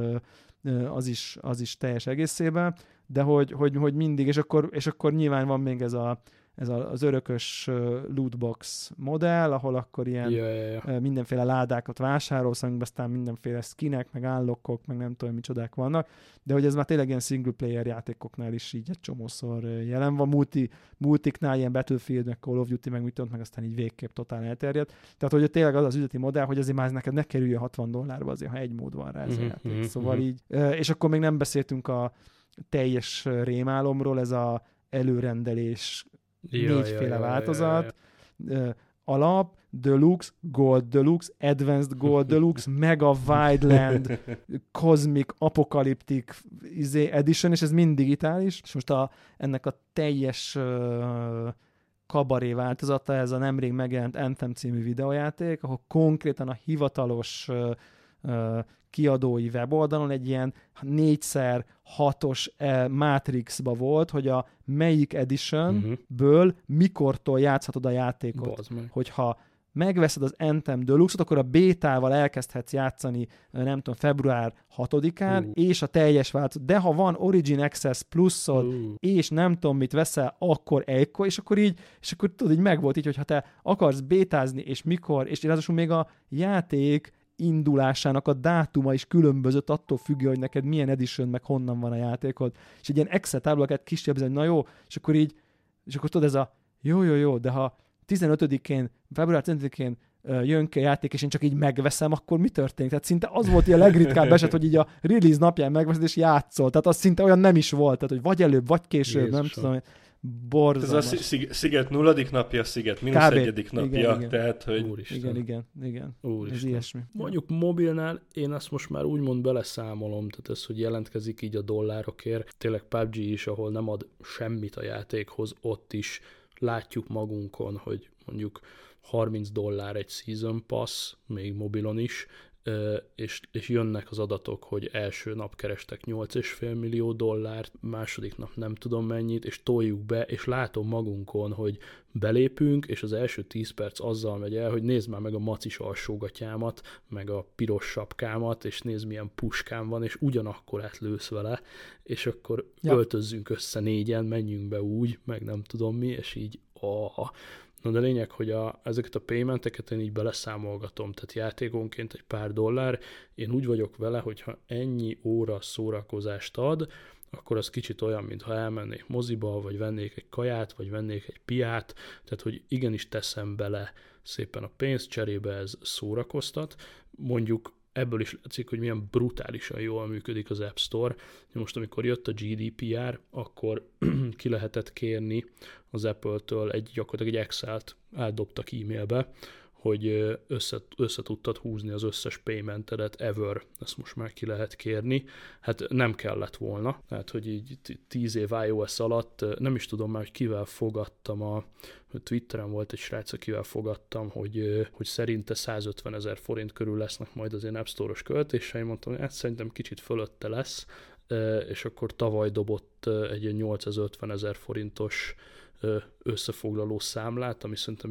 az is teljes egészében, de hogy mindig, és akkor nyilván van még ez az örökös lootbox modell, ahol akkor ilyen mindenféle ládákat vásárolsz, amikben aztán mindenféle skinek, meg unlockok, meg nem tudom, micsodák vannak, de hogy ez már tényleg ilyen single player játékoknál is így egy csomószor jelen van, multiknál ilyen Battlefield, meg Call of Duty, meg mit tudom, meg aztán így végképp totál elterjedt. Tehát, hogy tényleg az üzleti modell, hogy azért már neked ne kerüljön $60 azért, ha egy mód van rá ez a játék. Szóval így, és akkor még nem beszéltünk a teljes rémálomról, ez a előrendelés négyféle változat. Alap, Deluxe, Gold Deluxe, Advanced Gold Deluxe, Mega Wildland, Cosmic, Apocalyptic Edition, és ez mind digitális. És most ennek a teljes kabaré változata, ez a nemrég megjelent Anthem című videójáték, ahol konkrétan a hivatalos kiadói weboldalon egy ilyen 4x6-os Matrixba volt, hogy a melyik editionből mikortól játszhatod a játékot. Hogyha megveszed az Anthem Deluxe-ot, akkor a bétával elkezdhetsz játszani, nem tudom, február 6-án, és a teljes változat. De ha van Origin Access pluszod, és nem tudom, mit veszel, akkor egykor, és akkor tudod, így megvolt így, hogy ha te akarsz bétázni, és mikor, és ráadásul még a játék indulásának a dátuma is különbözött attól függő, hogy neked milyen edition, meg honnan van a játékod. És egy ilyen Excel táblákat kísérlebzni, hogy na jó, és akkor tudod ez a jó, de ha 15-én, február 15-én jön ki a játék, és én csak így megveszem, akkor mi történik? Tehát szinte az volt a legritkább eset, hogy így a release napján megveszed, és játszol. Tehát az szinte olyan nem is volt. Tehát, hogy vagy előbb, vagy később, Jézusom. Nem tudom. Borzalmas. Ez a Sziget 0. napja, Sziget -1. napja. Igen. Tehát, hogy... Úristen. Igen. Úristen. Ez ilyesmi. Mondjuk mobilnál én azt most már úgymond beleszámolom, tehát ez, hogy jelentkezik így a dollárokért. Tényleg PUBG is, ahol nem ad semmit a játékhoz, ott is látjuk magunkon, hogy mondjuk $30 egy Season Pass, még mobilon is, és jönnek az adatok, hogy első nap kerestek $8,5 millió, második nap nem tudom mennyit, és toljuk be, és látom magunkon, hogy belépünk, és az első 10 perc azzal megy el, hogy nézd már meg a macis alsógatyámat, meg a piros sapkámat, és nézd milyen puskám van, és ugyanakkor átlősz vele, és akkor öltözzünk össze 4-en, menjünk be úgy, meg nem tudom mi, és így No, de lényeg, hogy ezeket a paymenteket én így beleszámolgatom, tehát játékonként egy pár dollár, én úgy vagyok vele, hogyha ennyi óra szórakozást ad, akkor az kicsit olyan, mintha elmennék moziba, vagy vennék egy kaját, vagy vennék egy piát, tehát hogy igenis teszem bele szépen a pénzt, cserébe ez szórakoztat. Mondjuk ebből is látszik, hogy milyen brutálisan jól működik az App Store. Most, amikor jött a GDPR, akkor ki lehetett kérni az Apple-től gyakorlatilag egy Excel-t átdobtak e-mailbe, hogy össze tudtad húzni az összes paymentedet ever. Ezt most már ki lehet kérni. Hát nem kellett volna. Tehát, hogy így 10 év iOS alatt nem is tudom már, hogy kivel fogadtam Twitteren volt egy srác, akivel fogadtam, hogy szerinte 150 000 forint körül lesznek majd az én App Store-os költéseim. Mondtam, hogy szerintem kicsit fölötte lesz, és akkor tavaly dobott egy 850 000 forintos összefoglaló számlát, ami szerintem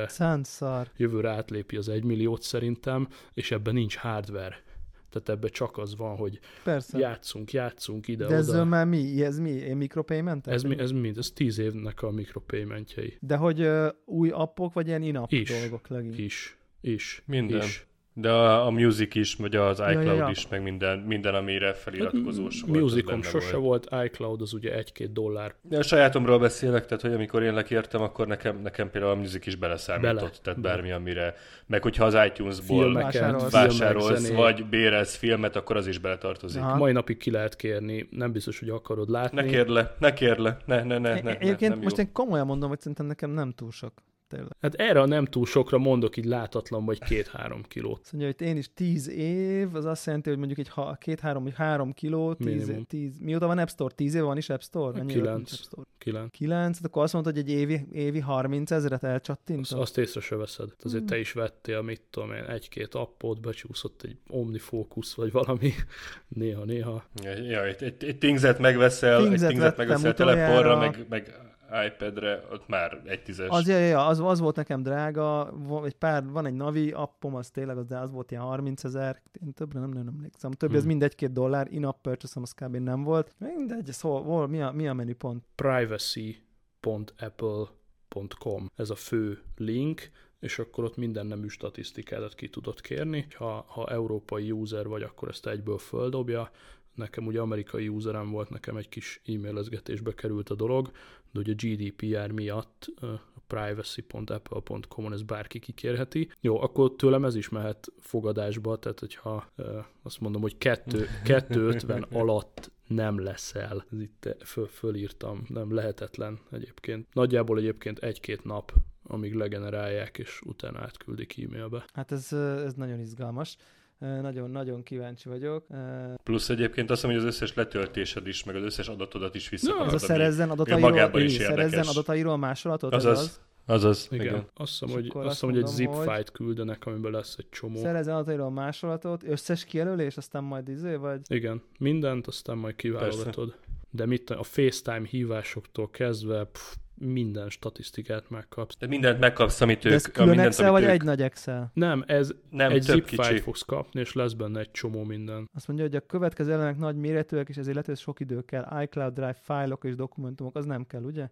jövőre átlépi az 1 milliót szerintem, és ebben nincs hardware. Tehát ebben csak az van, hogy persze. játszunk ide-oda. De ez már mi? Ez micropayment? Ez 10 évnek a micropaymentjei. De hogy új appok, vagy ilyen in-app dolgok legint? Is. Minden. Is. De a Music is, vagy az iCloud is, meg minden amire feliratkozós volt. Musicom sose volt, iCloud az ugye $1-2. De a sajátomról beszélek, tehát hogy amikor én lekértem, akkor nekem például a Music is beleszámított, tehát bármi, amire, meg hogyha az iTunes-ból vásárolsz, vagy bérelsz filmet, akkor az is beletartozik. Aha. Mai napig ki lehet kérni, nem biztos, hogy akarod látni. Ne kérle. Egyébként most én komolyan mondom, hogy szerintem nekem nem túl sok. Tényleg. Hát erre a nem túl sokra mondok így látatlan, vagy 2-3 kilót. Azt mondja, hogy én is 10 év, az azt jelenti, hogy mondjuk egy 2-3 vagy 3 kiló, 10, mióta van App Store? 10 éve van is App Store? 9, akkor azt mondod, hogy egy évi 30 000 elcsattintom? Azt észre se veszed. Azért te is vettél, mit tudom én, 1-2 appot, becsúszott egy OmniFocus, vagy valami néha. Ja, egy Things-et megveszel, telefonra, meg iPad-re, ott már 1/10. Az volt nekem drága, van egy Navi appom, az tényleg az volt ilyen 30 000, én többre nem emlékszem. Többi az mind $1-2, in-app purchase, az kb. Nem volt. Mindegy, mi a menüpont? privacy.apple.com, ez a fő link, és akkor ott minden nemű statisztikádat ki tudod kérni. Ha európai user vagy, akkor ezt egyből földobja. Nekem ugye amerikai userem volt, nekem egy kis e-mailezgetésbe került a dolog, de ugye a GDPR miatt a privacy.apple.com-on ez bárki kikérheti. Jó, akkor tőlem ez is mehet fogadásba, tehát hogyha azt mondom, hogy 250 alatt nem leszel. Ez itt fölírtam, nem lehetetlen egyébként. Nagyjából egyébként 1-2 nap, amíg legenerálják, és utána átküldik e-mailbe. Hát ez nagyon izgalmas. Nagyon kíváncsi vagyok. Plusz egyébként azt mondom, hogy az összes letöltésed is, meg az összes adatodat is visszakapod. Ez a szerezzen adatairól másolatot? Azaz. Igen. Azt hiszem, hogy egy zip file-t küldenek, amiben lesz egy csomó. Szerezzen adatairól másolatot, összes kijelölés, aztán majd vagy? Igen, mindent, aztán majd kiválogatod. de a FaceTime hívásoktól kezdve minden statisztikát megkapsz. De mindent megkapsz, amit ők... De ez külön Excel, vagy egy nagy Excel? Nem, nem, egy zip file fogsz kapni, és lesz benne egy csomó minden. Azt mondja, hogy a következő elemek nagy méretűek, és ezért letesz sok idő kell. iCloud Drive fájlok és dokumentumok, az nem kell, ugye?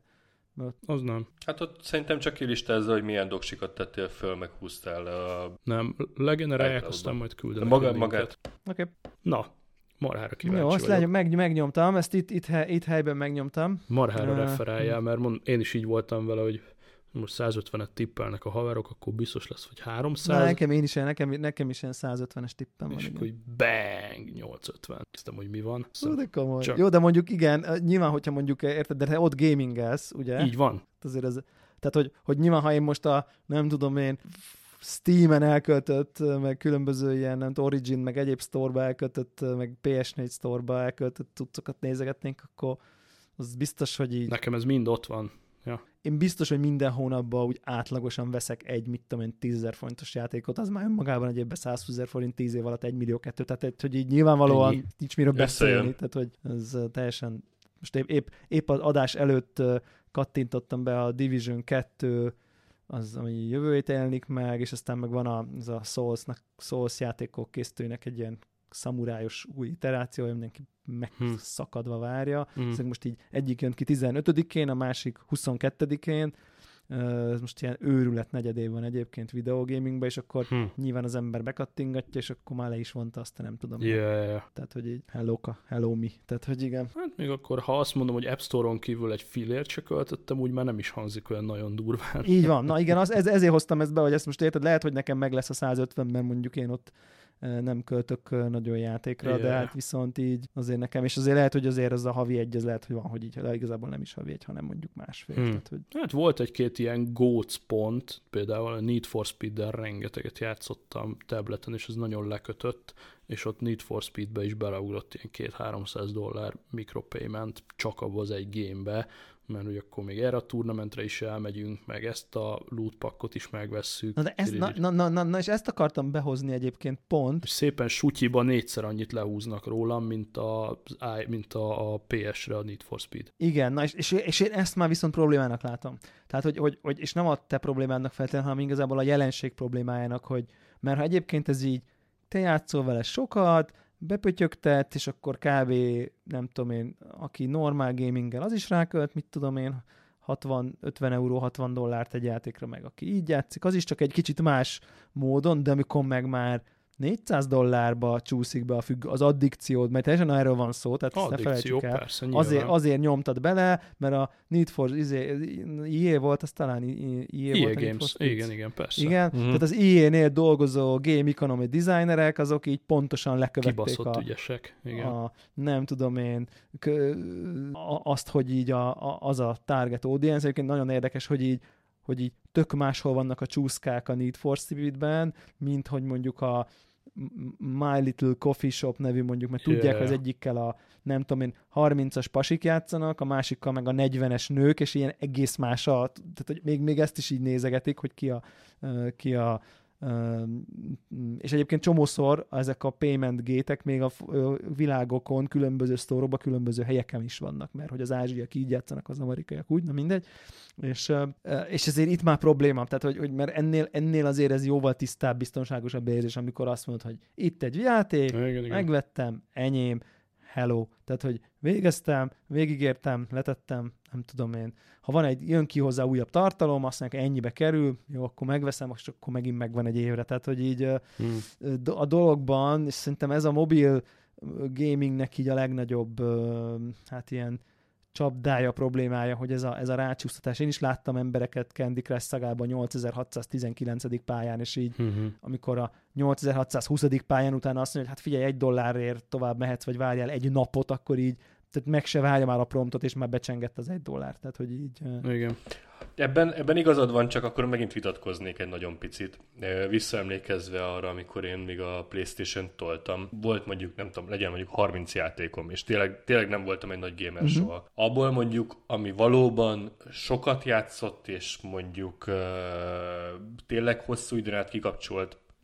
Az nem. Hát ott szerintem csak kilistázza, hogy milyen doksikat tettél föl, meg húztál le a... Nem, legenerálják, aztán majd küldenek magát. Oké. Na, marhára kíváncsi Jó, azt vagyok. megnyomtam, ezt itt helyben megnyomtam. Marhára referáljál, mert én is így voltam vele, hogy most 150-et tippelnek a haverok, akkor biztos lesz, vagy 300. Na, nekem is ilyen 150-es tippem van. És akkor így bang, 850. Néztem, hogy mi van. De komoly. Jó, de mondjuk igen, nyilván, hogyha mondjuk, érted, de te ott gamingelsz, ugye? Így van. Azért tehát, hogy nyilván, ha én most nem tudom én, Steam-en elköltött, meg különböző ilyen, nem tudom, Origin, meg egyéb store-ba elköltött, meg PS4 store-ba elköltött cuccokat nézegetnénk, akkor az biztos, hogy így... Nekem ez mind ott van. Ja. Én biztos, hogy minden hónapban úgy átlagosan veszek egy, 10 000 forintos játékot, az már önmagában egy évben 120 000 forint, 10 év alatt 1,2 millió, tehát hogy így nyilvánvalóan nincs miről beszélni, tehát hogy ez teljesen... Most épp az adás előtt kattintottam be a Division 2, az, ami jövő héten jelenik meg, és aztán meg van az a Souls játékok készítőinek egy ilyen szamurájos új iterációja, mindenki megszakadva várja. Ezek most így egyik jön ki 15-én, a másik 22-én. Ez most ilyen őrület negyedév van egyébként videogamingben, és akkor nyilván az ember bekattingatja, és akkor már le is vonta, azt nem tudom. Yeah. Tehát, hogy így hello me. Tehát, hogy igen. Hát még akkor, ha azt mondom, hogy App Store-on kívül egy fillért se költöttem, úgy már nem is hangzik olyan nagyon durván. Így van. Na igen, ezért hoztam ezt be, hogy ezt most érted, lehet, hogy nekem meg lesz a 150, mert mondjuk én ott nem költök nagyon játékra, de hát viszont így azért nekem, és azért lehet, hogy azért az a havi egy, az lehet, hogy van, hogy így, de igazából nem is havi egy, hanem mondjuk másfél. Tehát, hogy... Hát volt egy-két ilyen GOATS pont, például a Need for Speed-del rengeteget játszottam tableten, és ez nagyon lekötött, és ott Need for Speed-be is beleugrott ilyen $200-300 micropayment csak abba az egy gamebe, mert ugye akkor még erre a turnamentre is elmegyünk, meg ezt a loot packot is megvesszük. Na, de és ezt akartam behozni egyébként pont. És szépen sutyiba 4-szer annyit lehúznak rólam, mint a PS-re a Need for Speed. Igen, na és én ezt már viszont problémának látom. Tehát, hogy és nem a te problémának feltétlenül, hanem igazából a jelenség problémájának, hogy mert ha egyébként ez így, te játszol vele sokat, bepötyögtet, és akkor kb. Nem tudom én, aki normál gaminggel, az is rákölt, mit tudom én, 50 euró, $60 egy játékra, meg aki így játszik, az is csak egy kicsit más módon, de amikor meg már $400 csúszik be az addikciód, mert teljesen erről van szó, tehát ezt ne felejtsük el. Persze, azért nyomtad bele, mert a Need for EA volt, az talán EA volt. Games, igen, persze. Igen, tehát az EA-nél dolgozó game economy designerek, azok így pontosan lekövették kibaszott ügyesek, igen. Nem tudom én, azt, hogy így az a target audience, egyébként nagyon érdekes, hogy így tök máshol vannak a csúszkák a Need for Speed-ben, mint hogy mondjuk a My Little Coffee Shop nevű mondjuk, mert tudják, hogy az egyikkel a nem tudom én 30-as pasik játszanak, a másikkal meg a 40-es nők, és ilyen egész más tehát hogy még ezt is így nézegetik, hogy ki a és egyébként csomószor ezek a payment gate-ek még a világokon, különböző sztorokban, különböző helyeken is vannak, mert hogy az ázsiak így játszanak, az amerikaiak úgy, na mindegy. És ezért itt már probléma, tehát hogy mert ennél azért ez jóval tisztább, biztonságosabb érzés, amikor azt mondod, hogy itt egy játék, igen. Megvettem, enyém, hello. Tehát, hogy végeztem, végigértem, letettem, nem tudom én. Ha jön ki hozzá újabb tartalom, azt mondják, ennyibe kerül, jó, akkor megveszem, és akkor megint megvan egy évre. Tehát, hogy így a dologban, és szerintem ez a mobil gamingnek így a legnagyobb, hát ilyen csapdája, problémája, hogy ez a rácsúsztatás. Én is láttam embereket Candy Crush szagában 8619. pályán, és így amikor a 8620. pályán utána azt mondja, hogy hát figyelj, $1 tovább mehetsz, vagy várjál egy napot, akkor így tehát meg se várja már a promptot, és már becsengett az $1. Tehát, hogy így... Igen. Ebben igazad van, csak akkor megint vitatkoznék egy nagyon picit. Visszaemlékezve arra, amikor én még a PlayStation-t toltam, volt mondjuk, nem tudom, legyen mondjuk 30 játékom, és tényleg nem voltam egy nagy gamer soha. Abból mondjuk, ami valóban sokat játszott, és mondjuk tényleg hosszú időn át kikapcsolt,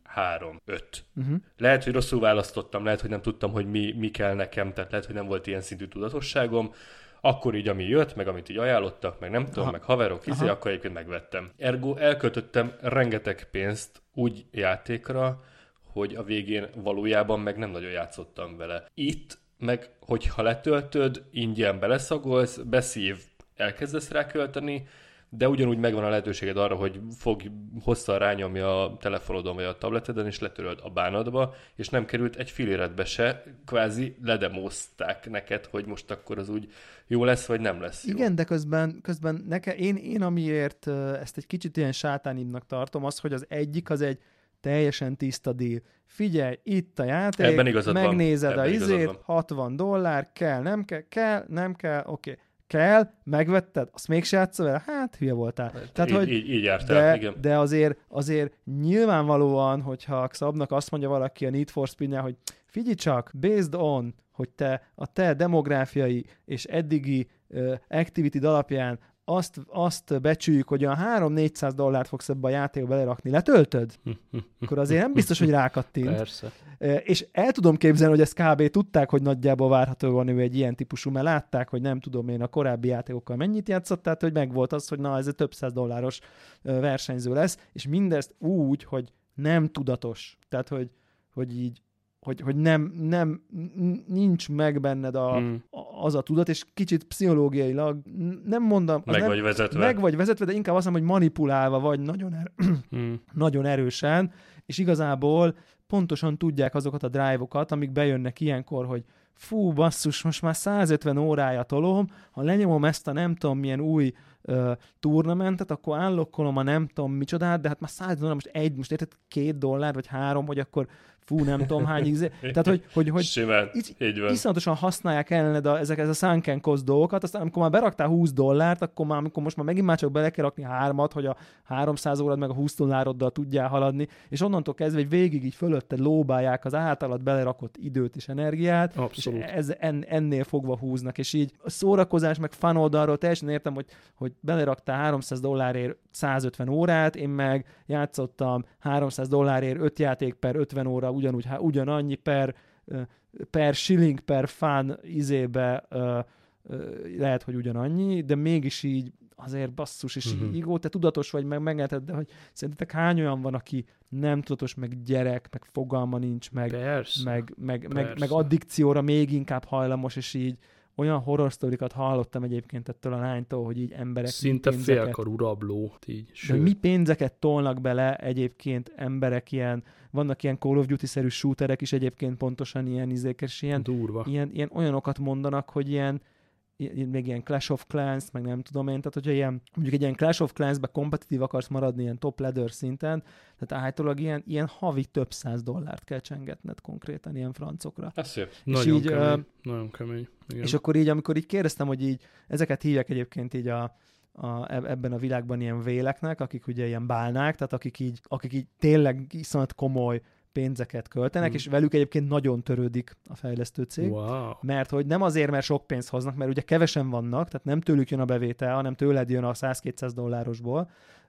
3, 5. Lehet, hogy rosszul választottam, lehet, hogy nem tudtam, hogy mi kell nekem, tehát lehet, hogy nem volt ilyen szintű tudatosságom. Akkor így, ami jött, meg amit így ajánlottak, meg nem tudom, meg haverok, akkor egyébként megvettem. Ergo elköltöttem rengeteg pénzt úgy játékra, hogy a végén valójában meg nem nagyon játszottam vele. Itt meg, hogyha letöltöd, ingyen beleszagolsz, beszív, elkezdesz rá költeni, de ugyanúgy megvan a lehetőséged arra, hogy hosszan rányomja a telefonodon vagy a tableteden, és letöröld a bánatba, és nem került egy filléretbe se, kvázi ledemózták neked, hogy most akkor az úgy jó lesz, vagy nem lesz jó. Igen, de közben én amiért ezt egy kicsit ilyen sátánibnak tartom, az, hogy az egyik az egy teljesen tiszta deal. Figyelj, itt a játék, megnézed a izét, $60, kell, nem kell, oké. Kell, megvetted, azt mégse játszol vele? Hát, hülye voltál. Tehát, hogy így jártál, igen. De azért nyilvánvalóan, hogyha Szabnak azt mondja valaki a Need for Speed-nél, hogy figyelj csak, based on, hogy a te demográfiai és eddigi activity alapján azt becsüljük, hogy olyan $300-400 fogsz ebbe a játékba belerakni, letöltöd? Akkor azért nem biztos, hogy rákattint. Persze. És el tudom képzelni, hogy ezt kb. Tudták, hogy nagyjából várható van ő egy ilyen típusú, mert látták, hogy nem tudom én a korábbi játékokkal mennyit játszott, tehát hogy megvolt az, hogy na ez egy több $100 versenyző lesz, és mindezt úgy, hogy nem tudatos. Tehát, hogy így hogy nem nincs meg benned az a tudat, és kicsit pszichológiailag nem mondom... Meg vagy vezetve, de inkább azt mondom, hogy manipulálva vagy nagyon erősen, és igazából pontosan tudják azokat a drive-okat, amik bejönnek ilyenkor, hogy fú, basszus, most már 150 órája tolom, ha lenyomom ezt a nem tudom milyen új turnamentet, akkor állokkolom a nem tudom micsodát, de hát már 150 óra, most érted $2 vagy 3, hogy akkor fú, nem tudom hány tehát, hogy simán, iszonyatosan használják ellened ez a sunken cost dolgokat, aztán amikor már beraktál $20, akkor most már megint már csak bele kell rakni 3-at, hogy a 300 órad meg a $20 tudjál haladni, és onnantól kezdve, hogy végig így fölötted lóbálják az általad belerakott időt és energiát, abszolút. És ennél fogva húznak, és így a szórakozás meg fan oldalról teljesen értem, hogy beleraktál $300 150 órát, én meg játszottam $300 5 játék per 50 óra, ugyanannyi per shilling, per fan izébe lehet, hogy ugyanannyi, de mégis így azért basszus, és így jó, te tudatos vagy, meg megleheted, de hogy szerintetek hány olyan van, aki nem tudatos, meg gyerek, meg fogalma nincs, meg addikcióra még inkább hajlamos, és így olyan horror sztorikat hallottam egyébként ettől a lánytól, hogy így emberek... Szinte félkarú rabló. Így, de mi pénzeket tolnak bele egyébként emberek vannak ilyen Call of Duty-szerű shooterek is egyébként pontosan ilyen izékes, ilyen olyanokat mondanak, hogy még ilyen Clash of Clans, meg nem tudom én, tehát hogyha mondjuk egy ilyen Clash of Clans-be kompetitív akarsz maradni ilyen top ladder szinten, tehát állítólag ilyen havi több $100 kell csengetned konkrétan ilyen francokra. Ez szép. Nagyon kemény. Igen. És akkor így, amikor így kérdeztem, hogy így ezeket hívják egyébként így ebben a világban ilyen véleknek, akik ugye ilyen bálnák, tehát akik így tényleg iszonyat komoly pénzeket költenek, és velük egyébként nagyon törődik a fejlesztő cég, mert hogy nem azért, mert sok pénzt hoznak, mert ugye kevesen vannak, tehát nem tőlük jön a bevétel, hanem tőled jön a $100-200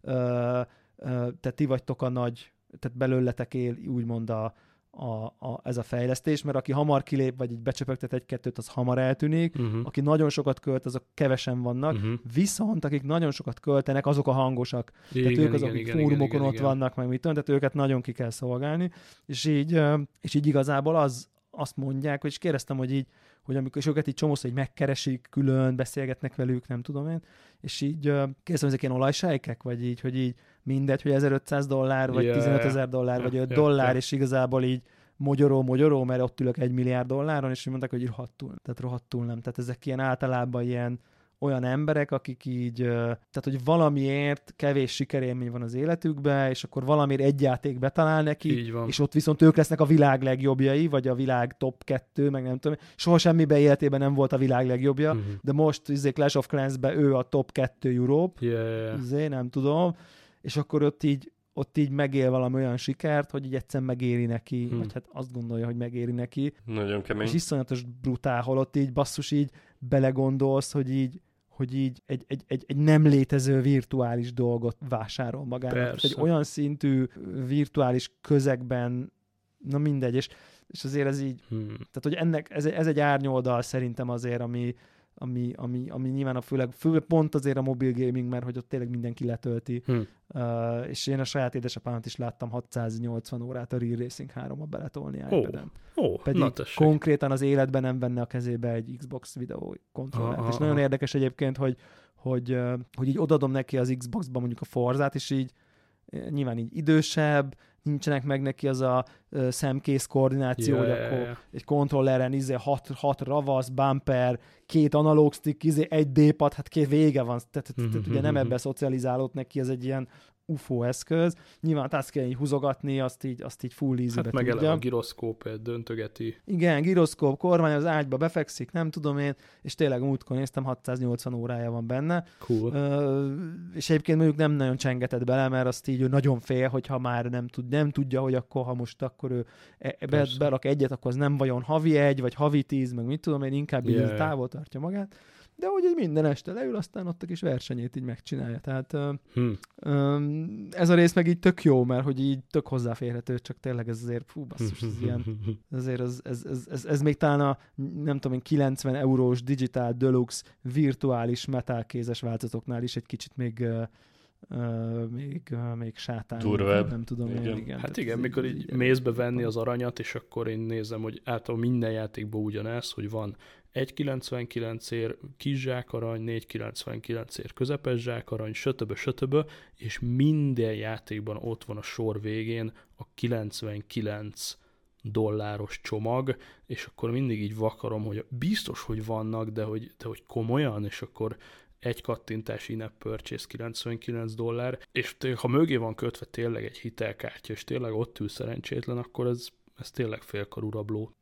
tehát ti vagytok a nagy, tehát belőletek él úgymond ez a fejlesztés, mert aki hamar kilép, vagy így becsöpögtet egy-kettőt, az hamar eltűnik, aki nagyon sokat költ, azok kevesen vannak, viszont akik nagyon sokat költenek, azok a hangosak. Tehát ők azok, akik fórumokon ott vannak, meg mit tudom, tehát őket nagyon ki kell szolgálni, és így igazából azt mondják, és kérdeztem, hogy amikor őket így csomószor, hogy megkeresik, külön beszélgetnek velük, nem tudom én, és így kérdeztem, ezek ilyen olajsájkek, vagy így, hogy így mindegy, hogy $1.500, vagy $15,000, vagy $5, és igazából így mogyoró, mert ott ülök $1 milliárd, és így mondták, hogy rohadtul nem. Tehát ezek ilyen általában ilyen olyan emberek, akik így, tehát hogy valamiért kevés sikerélmény van az életükben, és akkor valamiért egy játék betalál neki, és ott viszont ők lesznek a világ legjobbjai, vagy a világ top 2, meg nem tudom, soha semmiben életében nem volt a világ legjobbja, de most Clash of Clans-ben ő a top 2 Europe, nem tudom, és akkor ott így megél valami olyan sikert, hogy így egyszer megéri neki, vagy hát azt gondolja, hogy megéri neki. Nagyon kemény. És iszonyatos brutál, holott így basszus így belegondolsz, hogy hogy így egy nem létező virtuális dolgot vásárol magának. Egy olyan szintű virtuális közegben, na mindegy, és azért ez így, tehát hogy ennek, ez egy árnyoldal szerintem azért, ami nyilván főleg pont azért a mobil gaming, mert hogy ott tényleg mindenki letölti. És én a saját édesapámat is láttam 680 órát a Real Racing 3-ba beletolni iPad-en. Pedig konkrétan az életben nem venne a kezébe egy Xbox videó kontrollert. És nagyon érdekes egyébként, hogy így odadom neki az Xbox-ba mondjuk a Forzát, és így nyilván így idősebb, nincsenek meg neki az a szemkész koordináció, hogy akkor egy kontrolleren 6 ravasz, bumper, 2 analóg stick, egy D-pad, hát 2 vége van, tehát ugye nem ebben szocializálódott neki, ez egy ilyen UFO eszköz. Nyilván azt kell így húzogatni, azt így full easy-be hát meg eleve a giroszkópet döntögeti. Igen, giroszkóp, kormány az ágyba befekszik, nem tudom én, és tényleg múltkor néztem, 680 órája van benne. Cool. És egyébként mondjuk nem nagyon csengetett bele, mert azt így ő nagyon fél, hogyha már nem tudja, hogy akkor, akkor ő berak egyet, akkor az nem vajon havi 1, vagy havi 10, meg mit tudom én, inkább így távol tartja magát. De hogy így minden este leül, aztán ott a kis versenyét így megcsinálja. Tehát ez a rész meg így tök jó, mert hogy így tök hozzáférhető, csak tényleg ez azért, basszus, ez ilyen, azért ez még talán a, nem tudom én, 90 eurós Digital Deluxe virtuális metálkézes változatoknál is egy kicsit még sátán. Durvább. Nem tudom én. Igen. Hát igen, mikor így mész be venni az aranyat, és akkor én nézem, hogy általában minden játékban ugyanez, hogy van 1,99 kis zsákarany, 4,99 közepes zsákarany, stb. És minden játékban ott van a sor végén a $99 csomag, és akkor mindig így vakarom, hogy biztos, hogy vannak, de hogy komolyan, és akkor egy kattintás in-app purchase $99, és ha mögé van kötve tényleg egy hitelkártya, és tényleg ott ül szerencsétlen, akkor ez tényleg félkarú rabló.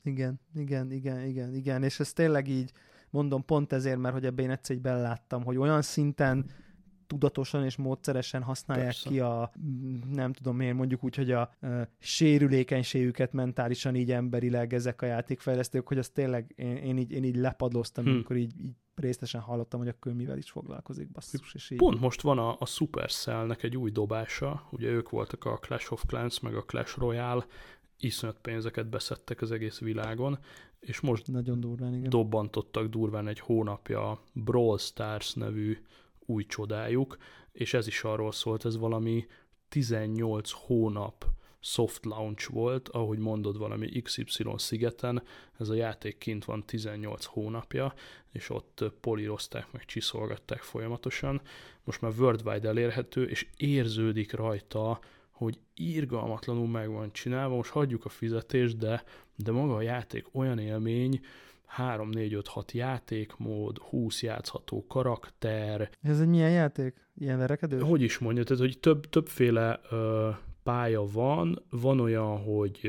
Igen, és ez tényleg így, mondom pont ezért, mert hogy ebben én egyszer így beláttam, hogy olyan szinten tudatosan és módszeresen használják ki a, nem tudom én, mondjuk úgy, hogy a sérülékenységüket mentálisan így emberileg ezek a játékfejlesztők, hogy az tényleg én így lepadloztam, amikor így részletesen hallottam, hogy akkor mivel is foglalkozik, basszus. És így... Pont most van a Supercellnek egy új dobása, ugye ők voltak a Clash of Clans, meg a Clash Royale, iszonyat pénzeket beszedtek az egész világon, és most nagyon durván, igen. Dobbantottak durván egy hónapja Brawl Stars nevű új csodájuk, és ez is arról szólt, ez valami 18 hónap soft launch volt, ahogy mondod, valami XY szigeten, ez a játék kint van 18 hónapja, és ott polírozták, meg csiszolgatták folyamatosan. Most már worldwide elérhető, és érződik rajta, hogy irgalmatlanul meg van csinálva, most hagyjuk a fizetést, de maga a játék olyan élmény, 3, 4, 5, 6 játékmód, 20 játszható karakter. Ez egy milyen játék? Ilyen verekedős? Hogy is mondja, tehát hogy többféle pálya van olyan, hogy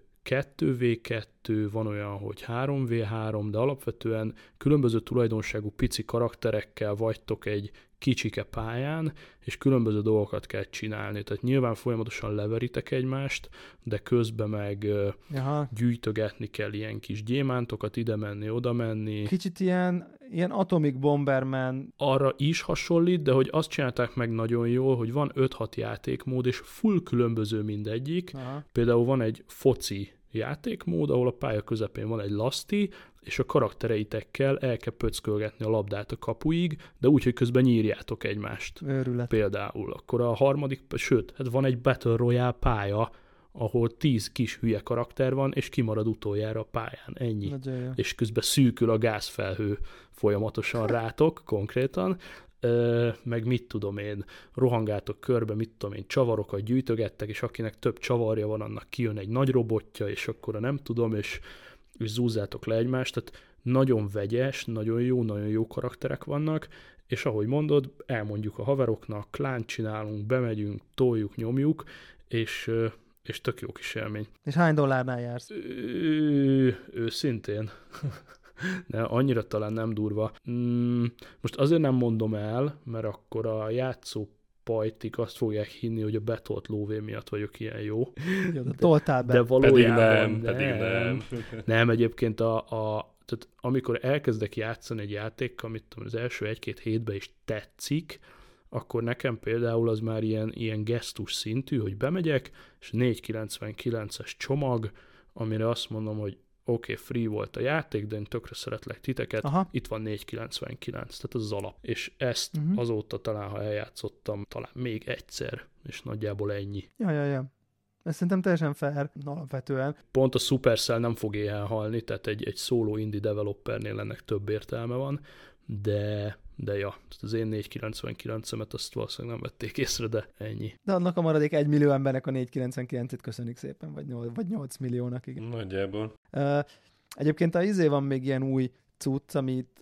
2v2, van olyan, hogy 3v3, de alapvetően különböző tulajdonságú pici karakterekkel vagytok egy kicsike pályán, és különböző dolgokat kell csinálni. Tehát nyilván folyamatosan leveritek egymást, de közben meg gyűjtögetni kell ilyen kis gyémántokat, ide menni, oda menni. Kicsit ilyen Atomic Bomberman. Arra is hasonlít, de hogy azt csinálták meg nagyon jól, hogy van 5-6 játékmód, és full különböző mindegyik. Aha. Például van egy foci játékmód, ahol a pálya közepén van egy laszti, és a karaktereitekkel el kell pöckölgetni a labdát a kapuig, de úgy, hogy közben nyírjátok egymást. Őrület. Például. Akkor a harmadik, sőt, hát van egy Battle Royale pálya, ahol 10 kis hülye karakter van, és kimarad utoljára a pályán. Ennyi. És közben szűkül a gázfelhő folyamatosan rátok, konkrétan. Meg mit tudom én, rohangáltok körbe, mit tudom én, csavarokat gyűjtögettek, és akinek több csavarja van, annak kijön egy nagy robotja, és akkor nem tudom, és zúzzátok le egymást, tehát nagyon vegyes, nagyon jó karakterek vannak, és ahogy mondod, elmondjuk a haveroknak, klánt csinálunk, bemegyünk, toljuk, nyomjuk, és tök jó kis élmény. És hány dollárnál jársz? Őszintén. Ne, annyira talán nem durva. Most azért nem mondom el, mert akkor a játszó pajtik azt fogják hinni, hogy a betolt lóvé miatt vagyok ilyen jó. Toltál be. De valójában pedig nem. Nem, egyébként a tehát amikor elkezdek játszani egy játékkal, amit tudom, az első 1-2 hétben is tetszik, akkor nekem például az már ilyen gesztus szintű, hogy bemegyek, és 4,99-es csomag, amire azt mondom, hogy oké, free volt a játék, de én tökre szeretlek titeket, itt van 4,99, tehát az alap. És ezt azóta talán, ha eljátszottam, talán még egyszer, és nagyjából ennyi. Ja. Ez szerintem teljesen fair, alapvetően. Pont a Supercell nem fog éhen halni, tehát egy szóló indie developernél ennek több értelme van, de ja, az én 4,99-emet azt valószínűleg nem vették észre, de ennyi. De annak a maradék 1 millió embernek a 4,99-et köszönjük szépen, vagy 8 milliónak. Igen. Nagyjából. Egyébként az van még ilyen új cucc,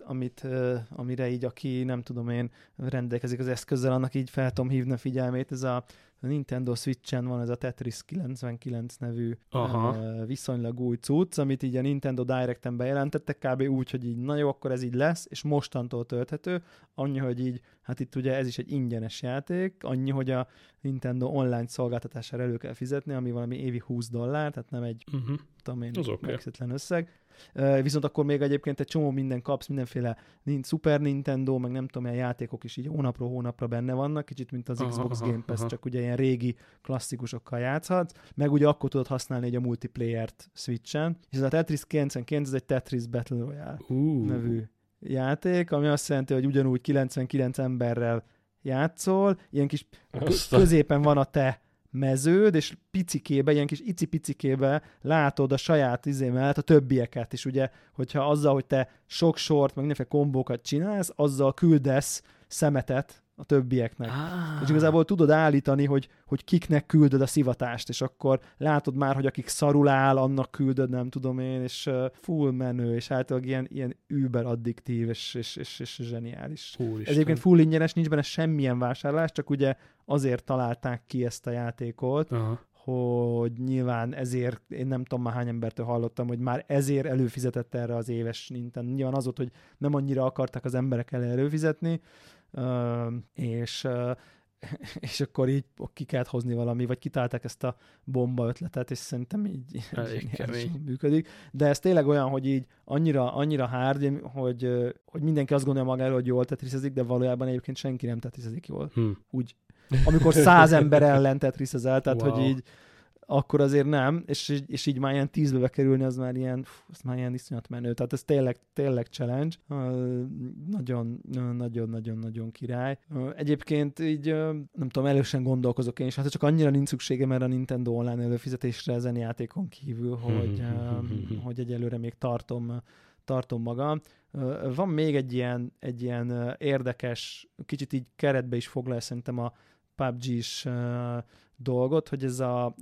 amire így aki, nem tudom én, rendelkezik az eszközzel, annak így fel tudom hívni a figyelmét. Ez a Nintendo Switch-en van ez a Tetris 99 nevű viszonylag új cucc, amit így a Nintendo Direct-en bejelentettek, kb. Úgy, hogy így na jó, akkor ez így lesz, és mostantól tölthető. Annyi, hogy így, hát itt ugye ez is egy ingyenes játék, annyi, hogy a Nintendo online szolgáltatására elő kell fizetni, ami valami évi $20, tehát nem egy tudom én, megszületlen összeg. Viszont akkor még egyébként egy csomó minden kapsz, mindenféle Super Nintendo, meg nem tudom, ilyen játékok is így hónapról hónapra benne vannak, kicsit mint az Xbox Game Pass, csak ugye ilyen régi klasszikusokkal játszhatsz, meg ugye akkor tudod használni egy a multiplayer-t Switch-en, és ez a Tetris 99, ez egy Tetris Battle Royale nevű játék, ami azt jelenti, hogy ugyanúgy 99 emberrel játszol, ilyen kis középen van a te meződ, és picikébe, ilyen kis icipicikébe látod a saját mellett a többieket is, ugye, hogyha azzal, hogy te sok sort, meg mindenféle kombókat csinálsz, azzal küldesz szemetet a többieknek. És igazából tudod állítani, hogy kiknek küldöd a szivatást, és akkor látod már, hogy akik szarul áll, annak küldöd, nem tudom én, és full menő, és általában ilyen über addiktív, és zseniális. Ez egyébként full ingyenes, nincs benne semmilyen vásárlás, csak ugye azért találták ki ezt a játékot, hogy nyilván ezért, én nem tudom már hány embertől hallottam, hogy már ezért előfizetett erre az éves Nintendo. Nyilván az volt, hogy nem annyira akartak az emberek előfizetni, és akkor így ki kellett hozni valami, vagy kitálták ezt a bomba ötletet, és szerintem így működik. De ez tényleg olyan, hogy így annyira hard, hogy mindenki azt gondolja magáról, hogy jól tetrisezik, de valójában egyébként senki nem tetrisezik jól. Úgy, amikor 100 ember ellen tetriszezel, tehát hogy így akkor azért nem, és így már ilyen 10-be kerülni, az már ilyen iszonyat menő. Tehát ez tényleg challenge. Nagyon király. Egyébként így, nem tudom, elősen gondolkozok én is, hát csak annyira nincs szükségem erre a Nintendo online előfizetésre ezen játékon kívül, hogy egyelőre még tartom magam. Van még egy ilyen érdekes, kicsit így keretbe is foglalja szerintem a PUBG-s dolgot, hogy ez a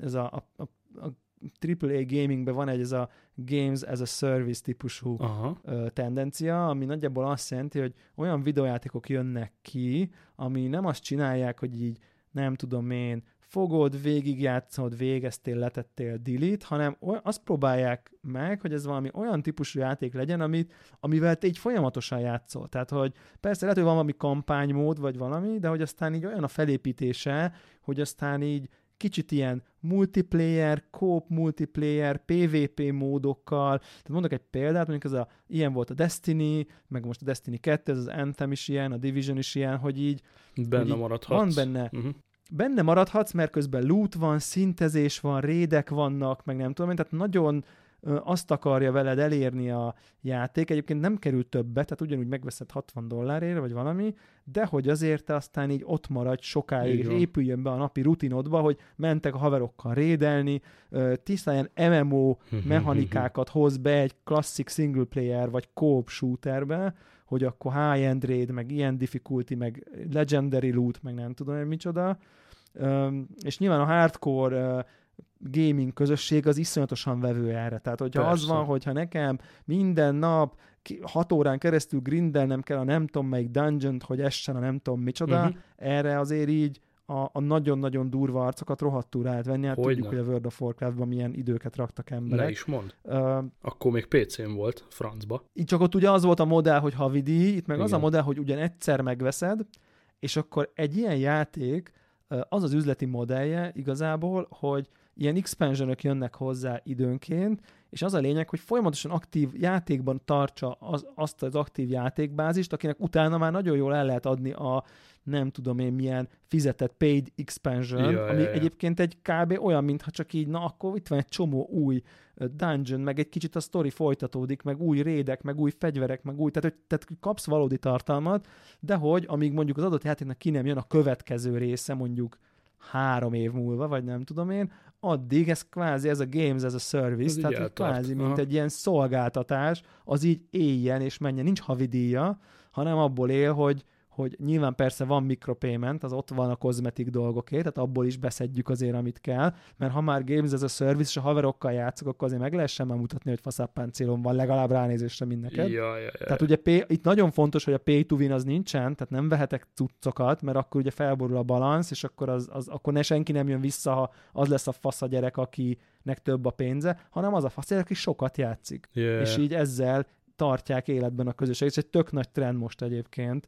AAA gamingben van ez a Games as a Service típusú tendencia, ami nagyjából azt jelenti, hogy olyan videójátékok jönnek ki, ami nem azt csinálják, hogy így nem tudom én, fogod, végigjátszod, végeztél, letettél, delete, hanem azt próbálják meg, hogy ez valami olyan típusú játék legyen, amivel te így folyamatosan játszol. Tehát, hogy persze lehet, hogy van valami kampánymód, vagy valami, de hogy aztán így olyan a felépítése, hogy aztán így kicsit ilyen multiplayer, co-op multiplayer, PvP módokkal. Tehát mondok egy példát, mondjuk ilyen volt a Destiny, meg most a Destiny 2, ez az Anthem is ilyen, a Division is ilyen, hogy így benne maradhatsz. Van benne. Benne maradhatsz, mert közben loot van, szintezés van, raidek vannak, meg nem tudom én, tehát nagyon azt akarja veled elérni a játék. Egyébként nem kerül többet, tehát ugyanúgy megveszed $60 vagy valami, de hogy azért te aztán így ott maradj sokáig, és épüljön be a napi rutinodba, hogy mentek a haverokkal raidelni, tisztán ilyen MMO mechanikákat hoz be egy klasszik single player vagy co-op shooterbe, hogy akkor high-end raid, meg ilyen difficulty, meg legendary loot, meg nem tudom, micsoda. És nyilván a hardcore gaming közösség az iszonyatosan vevő erre. Tehát, hogyha persze. Az van, hogyha nekem minden nap 6 órán keresztül grindelnem kell a nem tudom melyik dungeon-t, hogy essen a nem tudom micsoda, erre azért így a nagyon-nagyon durva arcokat rohadtul lehet venni. Hát tudjuk, hogy a World of Warcraftban milyen időket raktak emberek. Ne is mondd. Akkor még PC-n volt, francba. Így csak ott ugye az volt a modell, hogy havidíj, itt meg igen. Az a modell, hogy ugyan egyszer megveszed, és akkor egy ilyen játék, az üzleti modellje igazából, hogy ilyen expansionök jönnek hozzá időnként, és az a lényeg, hogy folyamatosan aktív játékban tartsa azt az aktív játékbázist, akinek utána már nagyon jól el lehet adni a nem tudom én milyen fizetett paid expansion, ami egyébként egy kb. Olyan, mintha csak így, na akkor itt van egy csomó új dungeon, meg egy kicsit a sztori folytatódik, meg új raidek, meg új fegyverek, meg új, tehát kapsz valódi tartalmat, de hogy amíg mondjuk az adott játéknak ki nem jön a következő része, mondjuk 3 év múlva, vagy nem tudom én, addig ez kvázi, ez a games as a service, tehát kvázi, mint egy ilyen szolgáltatás, az így éljen és menjen, nincs havidíja, hanem abból él, hogy nyilván persze van micropayment, az ott van a kozmetik dolgoké, tehát abból is beszedjük azért, amit kell, mert ha már games as a service, és a haverokkal játszok, akkor azért meg lehessen már mutatni, hogy faszáppáncélom van, legalább ránézésre mindenket. Tehát ugye itt nagyon fontos, hogy a pay to win az nincsen, tehát nem vehetek cuccokat, mert akkor ugye felborul a balansz, és akkor, akkor senki nem jön vissza, ha az lesz a fasz a gyerek, akinek több a pénze, hanem az a fasz gyerek, aki sokat játszik. És így ezzel tartják életben a közösséget. Ez egy tök nagy trend most egyébként,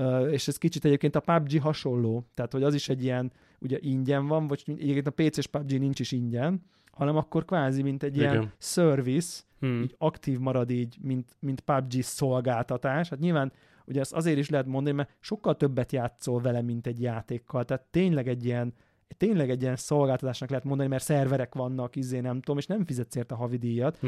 és ez kicsit egyébként a PUBG hasonló, tehát hogy az is egy ilyen, ugye ingyen van, vagy egyébként a PC-s PUBG nincs is ingyen, hanem akkor kvázi, mint egy ilyen service, így aktív marad így, mint PUBG szolgáltatás. Hát nyilván ugye ezt azért is lehet mondani, mert sokkal többet játszol vele, mint egy játékkal, tehát tényleg egy ilyen szolgáltatásnak lehet mondani, mert szerverek vannak, nem tudom, és nem fizetsz érte a havidíjat.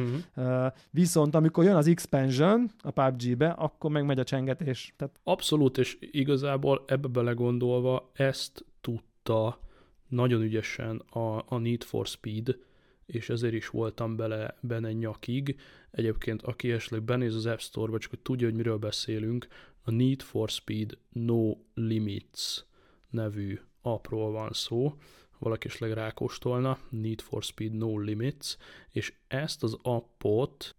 Viszont amikor jön az expansion a PUBG-be, akkor meg megy a csengetés. Tehát... Abszolút, és igazából ebbe belegondolva ezt tudta nagyon ügyesen a Need for Speed, és ezért is voltam benne nyakig. Egyébként, aki esetleg benéz az App Store-ba, csak hogy tudja, hogy miről beszélünk, a Need for Speed No Limits nevű appról van szó, valaki esetleg rákóstolna, Need for Speed No Limits, és ezt az appot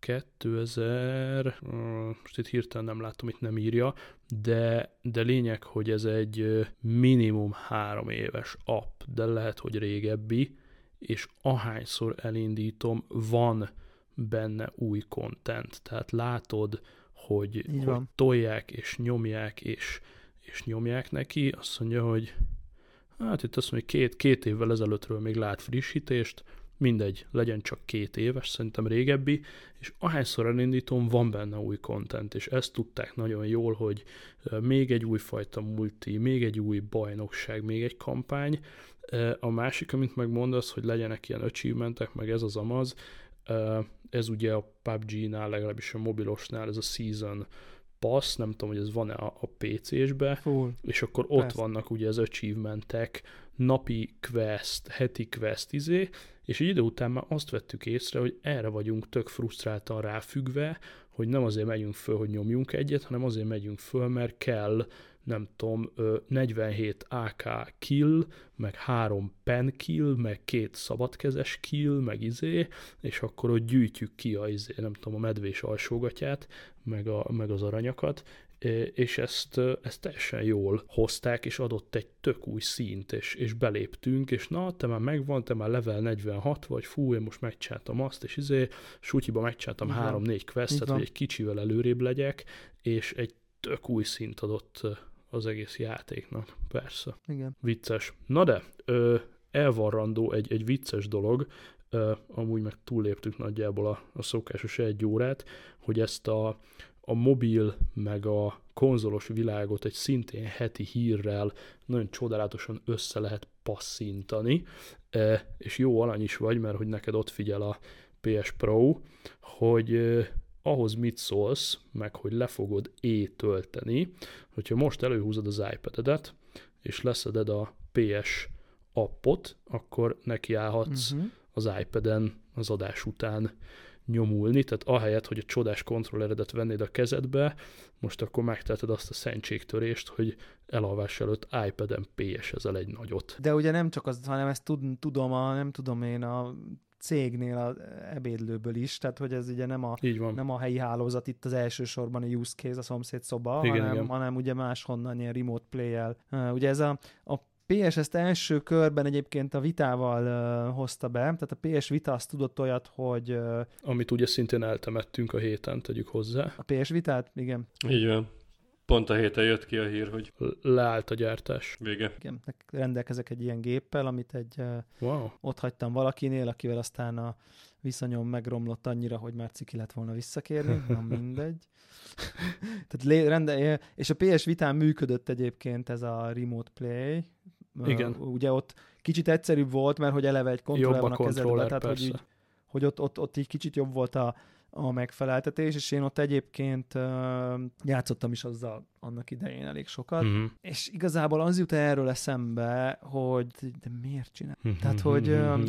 2000, most itt hirtelen nem látom, itt nem írja, de lényeg, hogy ez egy minimum 3 éves app, de lehet, hogy régebbi, és ahányszor elindítom, van benne új content, tehát látod, hogy tolják, és nyomják, és nyomják neki, azt mondja, hogy hát itt azt mondja, hogy két évvel ezelőttről még lát frissítést, mindegy, legyen csak 2 éves, szerintem régebbi, és ahányszor elindítom, van benne új content, és ezt tudták nagyon jól, hogy még egy újfajta multi, még egy új bajnokság, még egy kampány. A másik, amit megmondasz, hogy legyenek ilyen achievementek, meg ez az amaz, ez ugye a PUBG-nál, legalábbis a mobilosnál, ez a Season Pass, nem tudom, hogy ez van-e a PC-sbe, és akkor ott vannak ugye az achievementek, napi quest, heti quest, és egy idő után már azt vettük észre, hogy erre vagyunk tök frusztráltan ráfüggve, hogy nem azért megyünk föl, hogy nyomjunk egyet, hanem azért megyünk föl, mert kell, nem tudom, 47 AK kill, meg 3 pen kill, meg 2 szabadkezes kill, meg és akkor ott gyűjtjük ki a nem tudom, a medvés alsógatját, meg az aranyakat, és ezt teljesen jól hozták, és adott egy tök új színt, és beléptünk, és na, te már megvan, te már level 46 vagy, fú, én most megcsináltam azt, és sútyiba megcsináltam 3-4 questet, hogy egy kicsivel előrébb legyek, és egy tök új színt adott az egész játéknak, persze. Igen. Vicces. Na de, elvarrandó egy vicces dolog, amúgy meg túlléptük nagyjából a szokásos 1 órát, hogy ezt a mobil meg a konzolos világot egy szintén heti hírrel nagyon csodálatosan össze lehet passzintani, és jó alany is vagy, mert hogy neked ott figyel a PS Pro, hogy ahhoz mit szólsz, meg hogy le fogod tölteni, hogyha most előhúzod az iPad-edet, és leszeded a PS appot, akkor nekiállhatsz az iPad-en az adás után nyomulni, tehát ahelyett, hogy a csodás kontrolleredet vennéd a kezedbe, most akkor megteheted azt a szentségtörést, hogy elalvás előtt iPad-en PS-ezel egy nagyot. De ugye nem csak az, hanem ezt tudom, nem tudom én, a cégnél az ebédlőből is, tehát hogy ez ugye nem a helyi hálózat itt az elsősorban a use case, a szomszéd szoba, hanem ugye máshonnan ilyen remote play-el. Ugye ez a PS ezt első körben egyébként a Vitával hozta be, tehát a PS Vita azt tudott olyat, hogy... Amit ugye szintén eltemettünk a héten, tegyük hozzá. A PS Vitát? Igen. Így van. Pont a héten jött ki a hír, hogy leállt a gyártás. vége. Igen, rendelkezek egy ilyen géppel, amit Wow. ott hagytam valakinél, akivel aztán a viszonyom megromlott annyira, hogy már ciki lett volna visszakérni, na mindegy. Tehát és a PS Vitán működött egyébként ez a Remote Play. Igen. Ugye ott kicsit egyszerűbb volt, mert hogy eleve egy kontroller van a kezedben, tehát hogy ott így kicsit jobb volt a megfeleltetés, és én ott egyébként játszottam is azzal annak idején elég sokat, és igazából az jut erről eszembe, hogy de miért csinál? Tehát, hogy...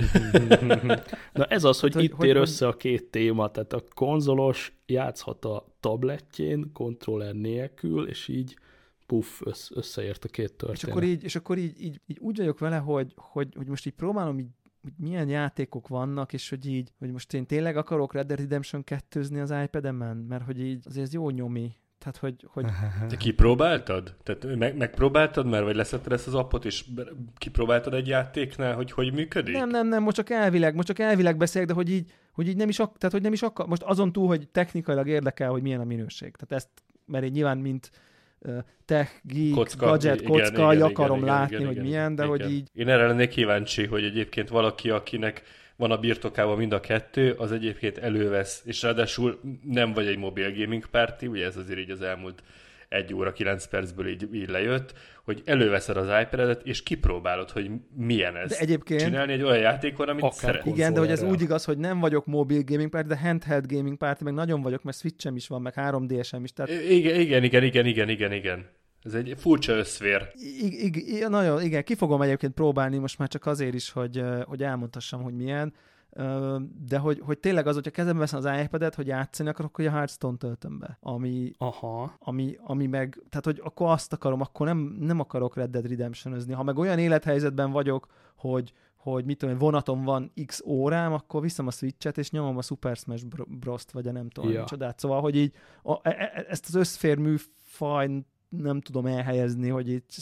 Na ez az, hogy itt ér össze a két téma, tehát a konzolos játszhat a tabletjén, kontroller nélkül, és így összeért a két történet. És akkor így úgy vagyok vele, hogy most így próbálom így, hogy milyen játékok vannak, és hogy most én tényleg akarok Red Dead Redemption 2-zni az iPad-emen, mert hogy így azért ez jó nyomi. Tehát, hogy... Te kipróbáltad? Tehát megpróbáltad már, vagy leszetted ezt az appot, és kipróbáltad egy játéknál, hogy működik? Nem, most csak elvileg beszélek, de hogy így nem is akar, most azon túl, hogy technikailag érdekel, hogy milyen a minőség. Tehát ezt, mert én nyilván mint tech, geek, gadget, kocka, akarom látni, hogy milyen, de hogy így... Én erre lennék kíváncsi, hogy egyébként valaki, akinek van a birtokában mind a kettő, az egyébként elővesz, és ráadásul nem vagy egy mobil gaming party, ugye ez azért így az elmúlt 1 óra 9 percből így lejött, hogy előveszed az iPad-et, és kipróbálod, hogy milyen ez. Csinálni egy olyan játékon, amit szeretsz. Igen, de hogy ez úgy igaz, hogy nem vagyok mobil gaming party, de handheld gaming party, meg nagyon vagyok, mert Switchem is van, meg 3DS-em is. Tehát... Igen. Ez egy furcsa összvér. Nagyon, igen, ki fogom egyébként próbálni most már csak azért is, hogy elmondhassam, hogy milyen. De hogy tényleg az, hogyha kezembe veszem az iPad-et, hogy játszani akarok, hogy a Hearthstone töltöm be. Ami meg, tehát hogy akkor azt akarom, akkor nem akarok Red Dead Redemption-özni. Ha meg olyan élethelyzetben vagyok, hogy mit tudom, vonaton van x órám, akkor viszem a Switch-et, és nyomom a Super Smash Bros-t, vagy a nem tudom, csodát. Szóval, hogy így ezt az összfér műfaj nem tudom elhelyezni, hogy itt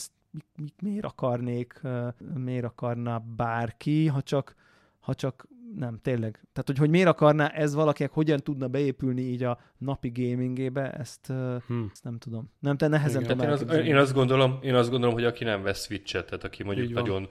miért akarná bárki, ha csak nem, tényleg. Tehát, hogy miért akarná ez valakinek, hogyan tudna beépülni így a napi gamingébe, ezt nem tudom. Nem, te nehezen tudom elképzelni. Én azt gondolom, hogy aki nem vesz Switch-et, tehát aki mondjuk nagyon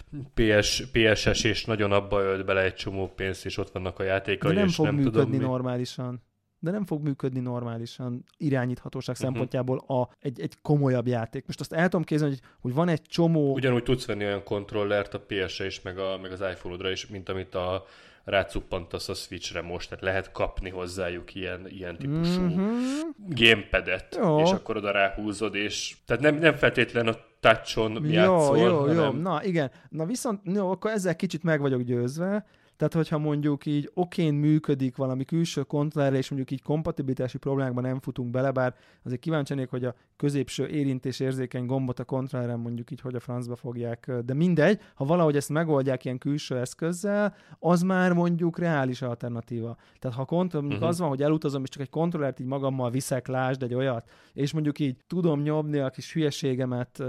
PS-es és nagyon abba ölt bele egy csomó pénzt, és ott vannak a játékai, de nem és fog nem működni tudom normálisan. De nem fog működni normálisan irányíthatóság szempontjából egy komolyabb játék. Most azt el tudom képzelni, hogy van egy csomó... Ugyanúgy tudsz venni olyan kontrollert a PS-re is, meg az iPhone-odra is, mint amit rácuppantasz a Switch-re most, tehát lehet kapni hozzájuk ilyen típusú gamepadet, és akkor oda ráhúzod, és tehát nem feltétlen a touch-on játszol, Jó. Na igen, viszont akkor ezzel kicsit meg vagyok győzve. Tehát, hogyha mondjuk így okén működik valami külső kontrollerre, és mondjuk így kompatibilitási problémákban nem futunk bele, bár azért kíváncsi lennék, hogy a középső érintés érzékeny gombot a kontrolleren mondjuk így, hogy a francba fogják, de mindegy, ha valahogy ezt megoldják ilyen külső eszközzel, az már mondjuk reális alternatíva. Tehát ha mondjuk az van, hogy elutazom, és csak egy kontrollert így magammal viszek, lásd egy olyat, és mondjuk így tudom nyomni a kis hülyeségemet,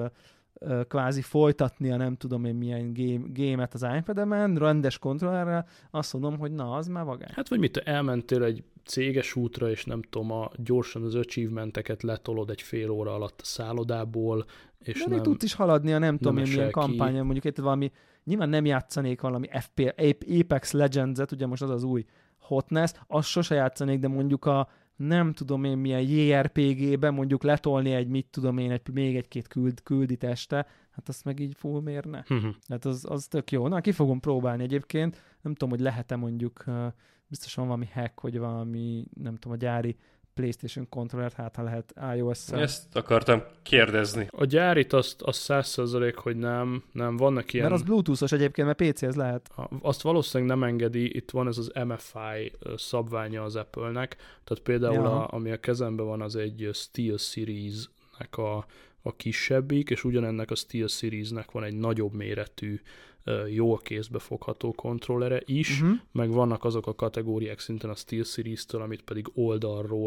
kvázi folytatnia, nem tudom én milyen gémet az iPad-emen, rendes kontrollerrel, azt mondom, hogy na, az már vagány. Hát vagy mit, elmentél egy céges útra, és nem tudom, gyorsan az achievementeket letolod egy fél óra alatt a szállodából, és de nem tudsz is haladni a nem tudom én milyen kampányon, mondjuk itt valami, nyilván nem játszanék valami Apex Legends-et, ugye most az új hotness, azt sose játszanék, de mondjuk a nem tudom én milyen JRPG-ben mondjuk letolni még egy-két küldi teste, hát azt meg így full mérne. Hát az tök jó. Na, ki fogom próbálni egyébként. Nem tudom, hogy lehet-e mondjuk, biztosan van valami hack, hogy valami, nem tudom, a gyári PlayStation kontrollert, hát ha lehet iOS-szel. Ezt akartam kérdezni. A gyárit azt 100%, hogy nem, vannak ilyen... Mert az Bluetooth-os egyébként, mert PC-hez lehet. Azt valószínűleg nem engedi, itt van ez az MFI szabványa az Apple-nek, tehát például ami a kezemben van, az egy Steel Series-nek a kisebbik, és ugyanennek a Steel Series-nek van egy nagyobb méretű, jól kézbe fogható kontrollere is, meg vannak azok a kategóriák szinten a Steel Series-től, amit pedig oldalról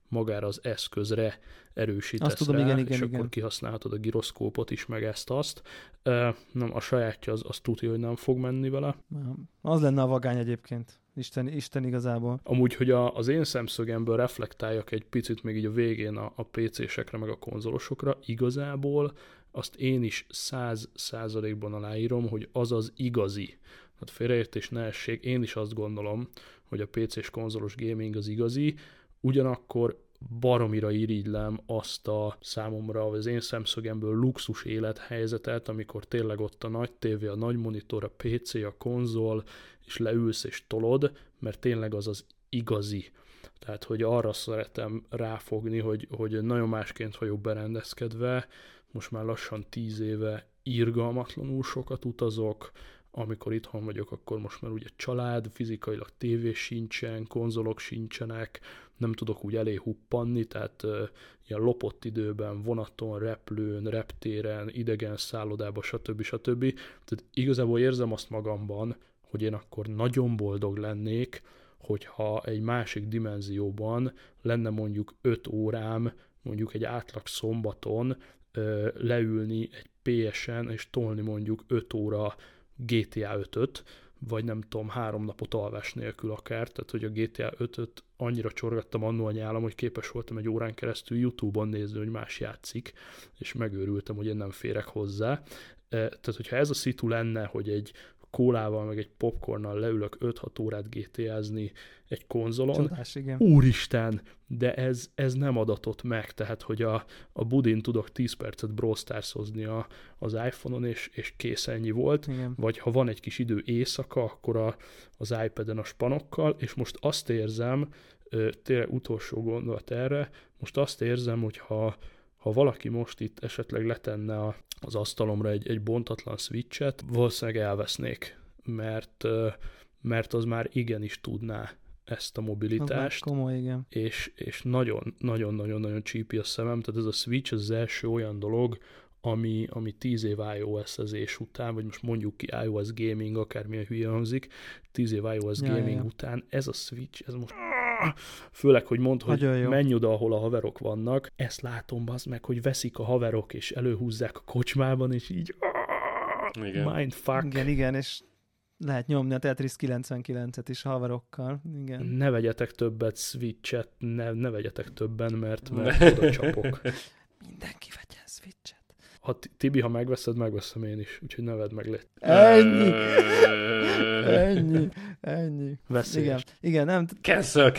magára az eszközre erősítesz Azt tudom, rá, igen, és igen. akkor kihasználhatod a giroszkópot is, meg ezt-azt. Nem, a sajátja az tudja, hogy nem fog menni vele. Az lenne a vagány egyébként. Isten igazából. Amúgy, hogy az én szemszögemből reflektáljak egy picit még így a végén a PC-sekre, meg a konzolosokra, igazából azt én is 100%-ban aláírom, hogy az az igazi. Hát félreértés ne essék, én is azt gondolom, hogy a PC-s konzolos gaming az igazi, ugyanakkor baromira irigylem azt a számomra, az én szemszögemből luxus élethelyzetet, amikor tényleg ott a nagy tévé, a nagy monitor, a PC, a konzol, és leülsz és tolod, mert tényleg az az igazi. Tehát, hogy arra szeretem ráfogni, hogy nagyon másként vagyok berendezkedve, most már lassan 10 éve irgalmatlanul sokat utazok, amikor itthon vagyok, akkor most már ugye család, fizikailag tévés sincsen, konzolok sincsenek, nem tudok úgy elé huppanni, tehát ilyen lopott időben, vonaton, repülőn, reptéren, idegen szállodába, stb. Tehát igazából érzem azt magamban, hogy én akkor nagyon boldog lennék, hogyha egy másik dimenzióban lenne mondjuk 5 órám, mondjuk egy átlag szombaton leülni egy PS-en és tolni mondjuk 5 óra GTA 5-öt, vagy nem tudom, 3 napot alvás nélkül akár, tehát hogy a GTA 5-öt annyira csorgattam annó a nyálam, hogy képes voltam egy órán keresztül YouTube-on nézni, hogy más játszik, és megőrültem, hogy én nem férek hozzá. Tehát, hogyha ez a szitu lenne, hogy egy kólával, meg egy popcornnal leülök 5-6 órát GTA-zni egy konzolon. Csodás, igen. Úristen, de ez nem adatott meg, tehát hogy a budin tudok 10 percet Brawl Stars-ozni az iPhone-on, és kész, ennyi volt. Igen. Vagy ha van egy kis idő éjszaka, akkor az iPad-en a spanokkal, és most azt érzem, tényleg utolsó gondolat erre, most azt érzem, hogy ha valaki most itt esetleg letenne az asztalomra egy bontatlan switchet, valószínűleg elvesznék, mert az már igenis tudná ezt a mobilitást. Komoly, igen. És nagyon-nagyon csípi a szemem, tehát ez a Switch az első olyan dolog, ami 10 év iOS-ezés után, vagy most mondjuk ki iOS gaming, akármilyen hülye hangzik, 10 év iOS gaming után, ez a Switch, ez most főleg, hogy mondd, hogy menj oda, ahol a haverok vannak, ezt látom, bazd meg, hogy veszik a haverok, és előhúzzák a kocsmában, és így mindfuck. Igen, és lehet nyomni a Tetris 99-et is a haverokkal. Igen. Ne vegyetek többet Switch-et, ne vegyetek többen, mert oda csapok. Mindenki vegyen Switch-et. Tibi, ha megveszem én is, úgyhogy ne vedd meg le. Ennyi. Veszélyes. Igen, nem. Cancel.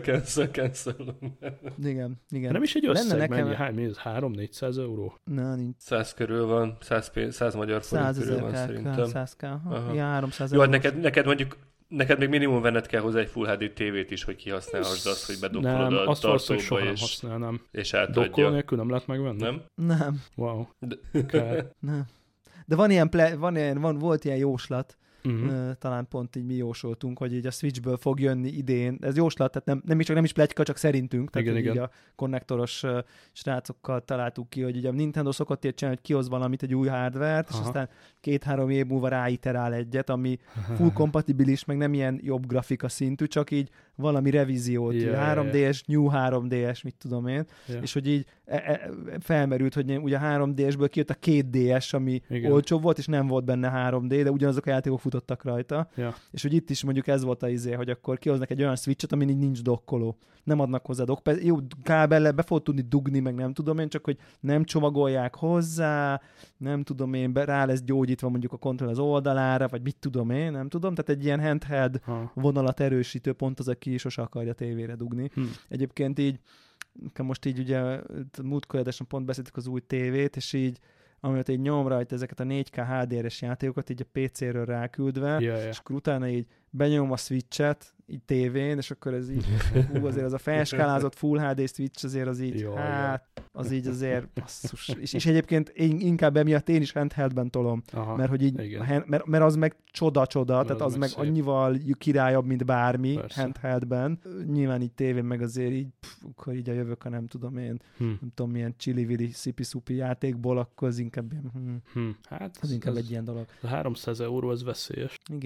Igen. Nem is egy összeg, mennyi? Hány? 300-400 euró? Na, nincs. 100 körül van, 100 magyar forint körül van szerintem. 100k, ilyen 300 euró. Jó, neked mondjuk neked még minimum venned kell hozzá egy Full HD tévét is, hogy kihasználhassd azt, hogy bedokkolod a tartóba, és átadja. Dokkoló nélkül nem lehet megvenni? Nem. Wow. Nem. De volt ilyen jóslat, talán pont így mi jósoltunk, hogy így a Switchből fog jönni idén. Ez jóslat, tehát nem is pletyka, csak szerintünk. Tehát igen. Így a konnektoros srácokkal találtuk ki, hogy ugye a Nintendo szokott ilyet csinálni, hogy kihoz valamit, egy új hardware-t, és aztán 2-3 év múlva ráiterál egyet, ami full kompatibilis, meg nem ilyen jobb grafika szintű, csak így valami revíziót, 3DS, New 3DS, mit tudom én, és hogy így felmerült, hogy ugye a 3DS-ből kijött a 2DS, ami olcsóbb volt, és nem volt benne 3D, de ugyanazok a játékok futottak rajta, és hogy itt is mondjuk ez volt a izé, hogy akkor kihoznak egy olyan switchet, amin így nincs dokkoló. Nem adnak hozzá jó, kábellel be fog tudni dugni, meg nem tudom én, csak hogy nem csomagolják hozzá, nem tudom én, rá lesz gyógyítva mondjuk a kontroll az oldalára, vagy mit tudom én, nem tudom, tehát egy ilyen handheld vonalat erősítő pont az, aki sose akarja tévére dugni. Egyébként így, most így ugye múltkor adáson pont beszéltük az új tévét, és így amiatt így nyom rajta ezeket a 4K HDR-es játékokat így a PC-ről ráküldve, és akkor utána így benyom a switchet, így tévén, és akkor ez így, azért az a felskálázott Full HD Switch azért az így, az így azért basszus. És egyébként inkább emiatt én is handheldben tolom, mert hogy így, mert az meg csoda, tehát az meg annyival királyabb, mint bármi handheldben. Nyilván így tévén meg azért így, akkor így a jövök, ha nem tudom én, nem tudom milyen csili-vili, szipi-szupi játékból, akkor az inkább ilyen, Hát az inkább egy ilyen dolog. 300 euró, ez veszélyes. Igen.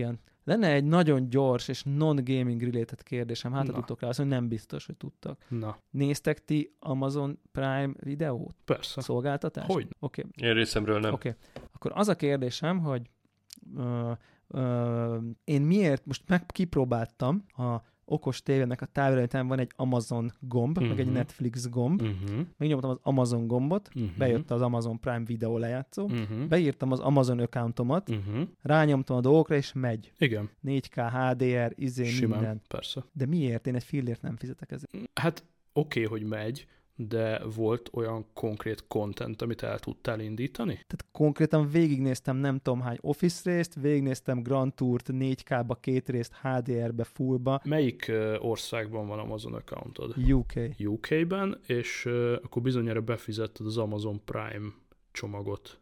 Lenne egy nagyon gyors és non-gaming related kérdésem, hát Na. tudtok rá, azt mondja, nem biztos, hogy tudtak. Na, Néztek ti Amazon Prime videót? persze. Szolgáltatást? Hogy? Oké. Én részemről nem. Oké. Akkor az a kérdésem, hogy én miért, most kipróbáltam a okos tévének a távirányítán van egy Amazon gomb, meg egy Netflix gomb. Megnyomtam az Amazon gombot, bejött az Amazon Prime videó lejátszó, beírtam az Amazon accountomat, rányomtam a dolgokra, és megy. Igen. 4K, HDR, Simán, minden. persze. De miért? Én egy fillért nem fizetek ezért. Hát oké, hogy megy, de volt olyan konkrét content, amit el tudtál indítani? Tehát konkrétan végignéztem nem tudom hány Office részt, végignéztem Grand Tourt 4K-ba 2 részt, HDR-be, fullba. Melyik országban van Amazon accountod? UK. UK-ben, és akkor bizonyára befizetted az Amazon Prime csomagot.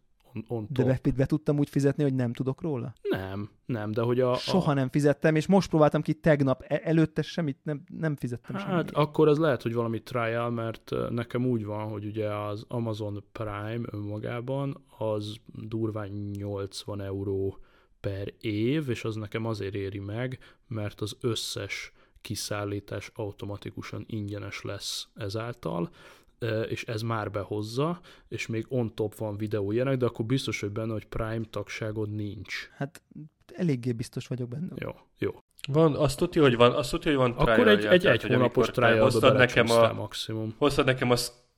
De be tudtam úgy fizetni, hogy nem tudok róla? Nem, de hogy Soha nem fizettem, és most próbáltam ki tegnap, előtte semmit nem fizettem semmit. Hát akkor az lehet, hogy valami trial, mert nekem úgy van, hogy ugye az Amazon Prime önmagában az durván 80 € per év, és az nekem azért éri meg, mert az összes kiszállítás automatikusan ingyenes lesz ezáltal, és ez már behozza, és még on top van videó ilyenek, de akkor biztos, hogy benne, hogy Prime tagságod nincs. Hát eléggé biztos vagyok benne. Jó. Van, azt tudja, hogy van trial. Akkor egy hónapos trialba belecsúsztál maximum. Hoztad nekem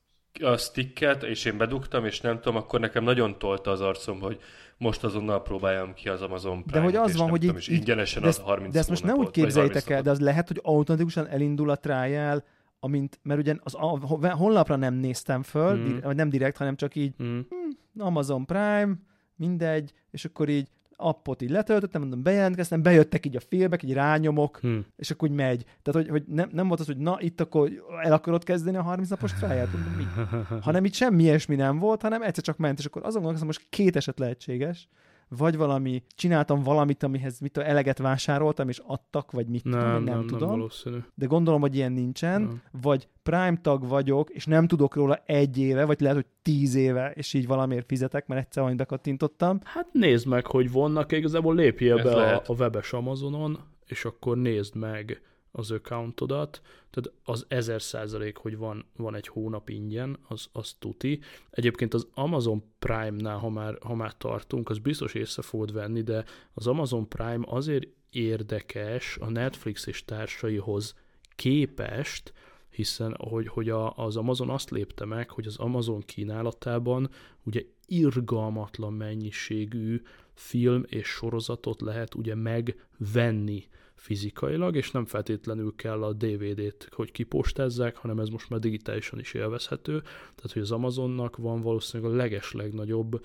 a sticket, és én bedugtam, és nem tudom, akkor nekem nagyon tolta az arcom, hogy most azonnal próbáljam ki az Amazon Prime-t, de hogy az van, hogy tudom, és ingyenesen az 30 de ezt most ne úgy képzeljétek el, de az lehet, hogy automatikusan elindul a trial, mert ugye a honlapra nem néztem föl, vagy nem direkt, hanem csak így Amazon Prime, mindegy, és akkor így appot így letöltöttem, mondom, bejelentkeztem, bejöttek így a filmek, így rányomok, és akkor úgy megy. Tehát, hogy nem volt az, hogy na, itt akkor el akarod kezdeni a 30 napos trial-t, hanem itt semmi ilyesmi nem volt, hanem egyszer csak ment, és akkor azon gondolkozom, most 2 eset lehetséges, vagy csináltam valamit, amihez eleget vásároltam, és adtak, vagy mit tudom, nem tudom. Valószínű. De gondolom, hogy ilyen nincsen, vagy Prime tag vagyok, és nem tudok róla 1 éve, vagy lehet, hogy 10 éve, és így valamiért fizetek, mert egyszer valamit bekattintottam. Hát nézd meg, hogy vannak, igazából lépjél be a webes Amazonon, és akkor nézd meg az accountodat, tehát az 1000%, hogy van egy hónap ingyen, az tuti. Egyébként az Amazon Prime-nál, ha már tartunk, az biztos észre fogod venni, de az Amazon Prime azért érdekes a Netflix és társaihoz képest, hiszen hogy az Amazon azt lépte meg, hogy az Amazon kínálatában ugye irgalmatlan mennyiségű film és sorozatot lehet ugye megvenni fizikailag, és nem feltétlenül kell a DVD-t, hogy kipostázzák, hanem ez most már digitálisan is élvezhető. Tehát, hogy az Amazonnak van valószínűleg a legeslegnagyobb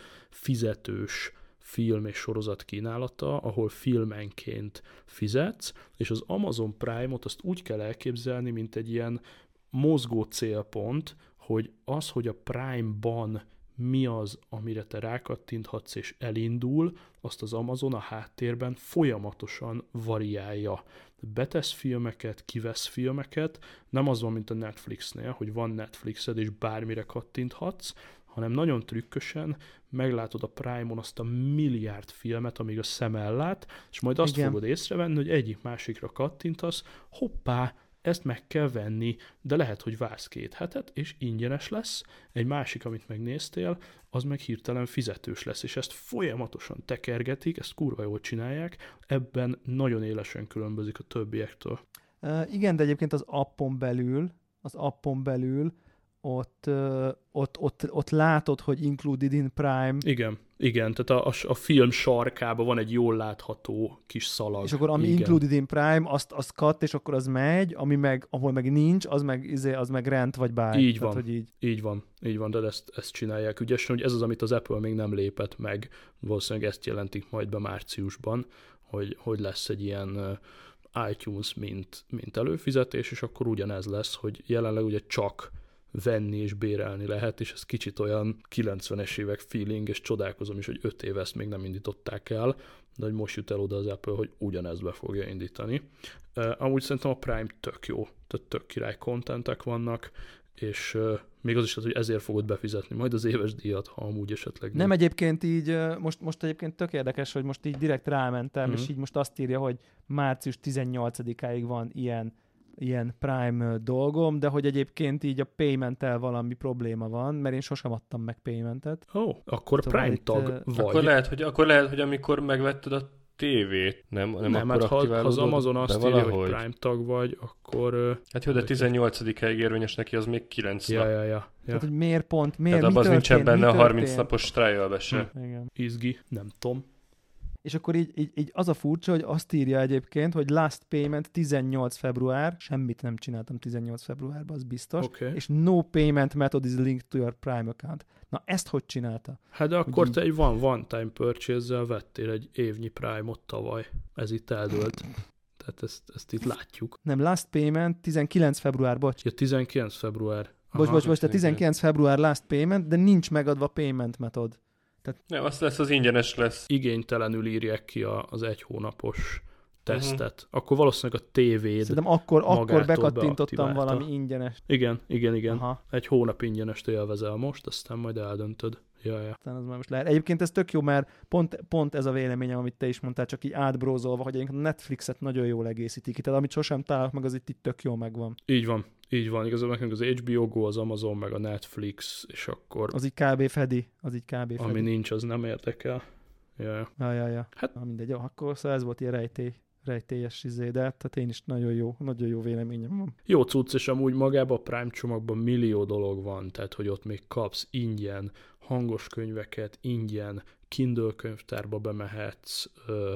fizetős film és sorozat kínálata, ahol filmenként fizetsz, és az Amazon Prime-ot azt úgy kell elképzelni, mint egy ilyen mozgó célpont, hogy az, hogy a Prime-ban mi az, amire te rákattinthatsz és elindul, azt az Amazon a háttérben folyamatosan variálja. Betesz filmeket, kivesz filmeket, nem az van, mint a Netflixnél, hogy van Netflixed és bármire kattinthatsz, hanem nagyon trükkösen meglátod a Prime-on azt a milliárd filmet, amíg a szem ellát, és majd azt fogod észrevenni, hogy egyik másikra kattintasz, hoppá, ezt meg kell venni, de lehet, hogy vársz 2 hetet, és ingyenes lesz, egy másik, amit megnéztél, az meg hirtelen fizetős lesz, és ezt folyamatosan tekergetik, ezt kurva jól csinálják, ebben nagyon élesen különbözik a többiektől. Igen, de egyébként az appon belül ott látod, hogy included in Prime. Igen, tehát a film sarkában van egy jól látható kis szalag. És akkor ami included in Prime, azt katt, és akkor az megy, ahol meg nincs, az meg rent, vagy bár. Így van, de ezt csinálják ügyesen, hogy ez az, amit az Apple még nem lépett meg. Valószínűleg ezt jelentik majd be márciusban, hogy lesz egy ilyen iTunes, mint előfizetés, és akkor ugyanez lesz, hogy jelenleg ugye csak venni és bérelni lehet, és ez kicsit olyan 90-es évek feeling, és csodálkozom is, hogy 5 éve ezt még nem indították el, de hogy most jut el oda az Apple, hogy ugyanezt be fogja indítani. Amúgy szerintem a Prime tök jó, tehát tök király contentek vannak, és még az is lehet, hogy ezért fogod befizetni majd az éves díjat, ha amúgy esetleg Nem egyébként így, most egyébként tök érdekes, hogy most így direkt rámentem, és így most azt írja, hogy március 18-áig van ilyen Prime dolgom, de hogy egyébként így a payment-tel valami probléma van, mert én sosem adtam meg paymentet. Akkor szóval Prime tag vagy. Akkor lehet, hogy amikor megvetted a tévét, nem akkor hát ha az Amazon azt írja, hogy Prime tag vagy, akkor... Hát jó, de 18-áig érvényes neki, az még 9 nap. Ja. Tehát, hogy miért pont, Tehát mi abban az történt, nincsen benne a 30 történt? napos trial-be se. Igen. Izgi, nem tudom. És akkor így az a furcsa, hogy azt írja egyébként, hogy last payment 18 február, semmit nem csináltam 18 februárban, az biztos, és no payment method is linked to your Prime account. Na ezt hogy csinálta? Hát de akkor te egy one-time purchase-zel vettél egy évnyi Prime-ot tavaly. Ez itt eldőlt. Tehát ezt itt látjuk. Nem, last payment 19 február, bocs. Ja, 19 február. Bocs, tehát 19 február last payment, de nincs megadva payment method. Nem, azt lesz, az ingyenes lesz. Igénytelenül írják ki az egy hónapos tesztet. Akkor valószínűleg a tévéd szerintem akkor bekattintottam valami ingyenes. Igen. Aha. Egy hónap ingyenest élvezel most, aztán majd eldöntöd. Ja. Aztán az már most lehet. Egyébként ez tök jó, mert pont ez a véleményem, amit te is mondtál, csak így átbrózolva, hogy egyébként a Netflixet nagyon jól egészítik. Tehát amit sosem találok meg, az itt tök jól megvan. Így van. Igazából nekünk az HBO Go, az Amazon, meg a Netflix, és akkor... Az így kb. Fedi. Ami nincs, az nem érdekel. Ja. Hát na mindegy, jó, akkor szóval ez volt ilyen rejtélyes de tehát én is nagyon jó véleményem van. Jó cucc, és amúgy magában a Prime csomagban millió dolog van, tehát hogy ott még kapsz ingyen hangos könyveket, ingyen Kindle könyvtárba bemehetsz,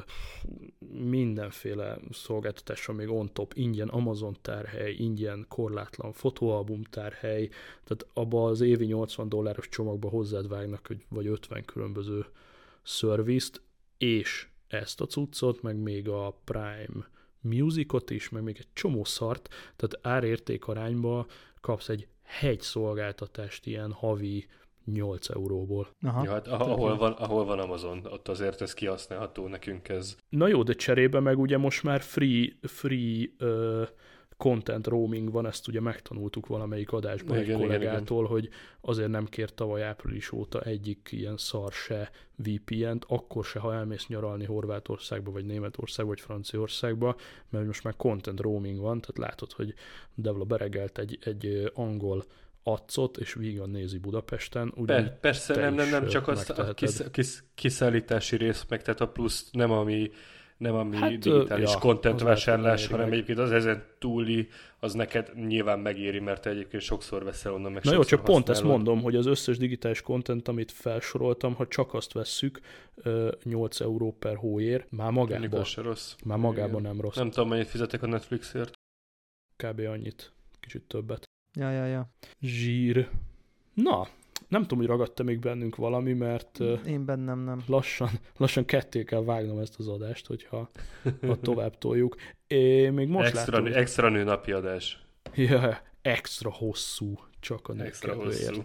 mindenféle szolgáltatásra még on top, ingyen Amazon tárhely, ingyen korlátlan fotóalbum tárhely, tehát abba az évi $80 csomagba hozzád vágnak, vagy 50 különböző szervizt, és ezt a cuccot, meg még a Prime Musicot is, meg még egy csomó szart, tehát árérték arányba kapsz egy hegyszolgáltatást ilyen havi 8 euróból. Aha. Ja, hát ahol van Amazon, ott azért ez kihasználható, nekünk ez. Na jó, de cserébe meg ugye most már free content roaming van, ezt ugye megtanultuk valamelyik adásban egy kollégától, hogy azért nem kért tavaly április óta egyik ilyen szar se VPN-t, akkor se, ha elmész nyaralni Horvátországba, vagy Németországba, vagy Franciaországba, mert most már content roaming van, tehát látod, hogy Devla beregelt egy angol accot, és vígan nézi Budapesten. Persze, nem csak azt a kiszállítási rész, meg tehát a plusz nem ami digitális content vásárlás, hanem egyébként az ezen túli, az neked nyilván megéri, mert te egyébként sokszor veszel onnan, meg na jó, csak használod. pont ezt mondom, hogy az összes digitális content, amit felsoroltam, ha csak azt vesszük, 8 euró per hóér, már magában nem rossz. Nem tudom, mennyit fizetek a Netflixért. Kb. Annyit, kicsit többet. Ja. Zsír. Na, nem tudom, hogy ragadt-e még bennünk valami, mert én bennem nem. Lassan ketté kell vágnom ezt az adást, hogyha tovább toljuk. Én még most extra nő napi adás. Ja, extra hosszú, csak a nőkedvéért.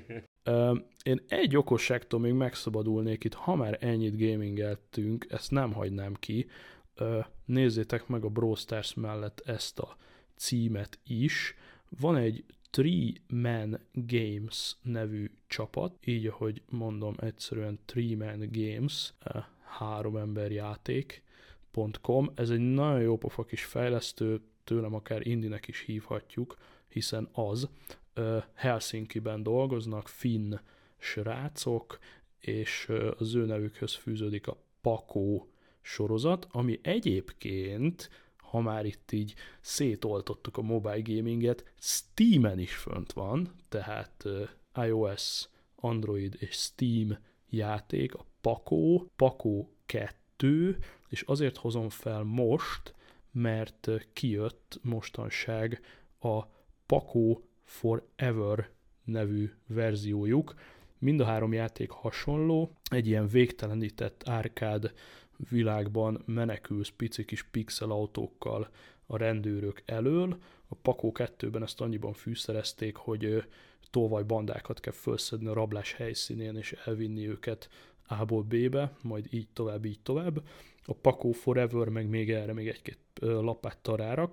Én egy okosságtól még megszabadulnék itt, ha már ennyit gamingeltünk, ezt nem hagynám ki. Nézzétek meg a Brawl Stars mellett ezt a címet is. Van egy 3Man Games nevű csapat, így ahogy mondom egyszerűen 3Man Games, 3 ember játék.com. Ez egy nagyon jó pofa kis fejlesztő, tőlem akár indinek is hívhatjuk, hiszen az. Helsinki-ben dolgoznak, finn srácok, és az ő nevükhöz fűződik a Paco sorozat, ami egyébként, ha már itt így szétoltottuk a mobile gaminget, Steamen is fönt van, tehát iOS, Android és Steam játék, a Paco 2, és azért hozom fel most, mert kijött mostanság a Paco Forever nevű verziójuk. Mind a 3 játék hasonló, egy ilyen végtelenített árkád világban menekülsz pici kis pixel autókkal a rendőrök elől. A Paco 2-ben ezt annyiban fűszerezték, hogy tolvajbandákat kell felszedni a rablás helyszínén, és elvinni őket A-ból B-be, majd így tovább. A Paco Forever meg még erre még egy-két lapáttal rárak.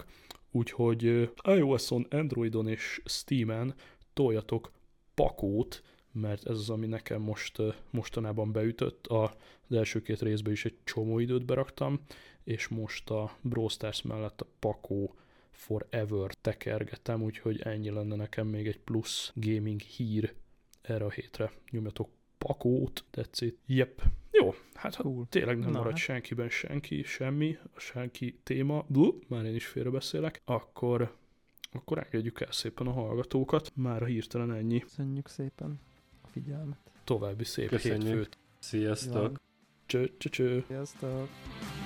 Úgyhogy iOS-on, Androidon és Steamen toljatok Pakót, mert ez az, ami nekem mostanában beütött. Az első 2 részben is egy csomó időt beraktam, és most a Brawl Stars mellett a Pakó Forever tekergetem, úgyhogy ennyi lenne nekem még egy plusz gaming hír erre a hétre. Nyomjatok Pakót, that's it. Yep. Jó, hát ha tényleg nem marad senkiben semmi, a senki téma, már én is félrebeszélek, akkor engedjük el szépen a hallgatókat. Már hirtelen ennyi. Köszönjük szépen a figyelmet. További szép Köszönjük. hétfőt. Sziasztok! Cső. Sziasztok!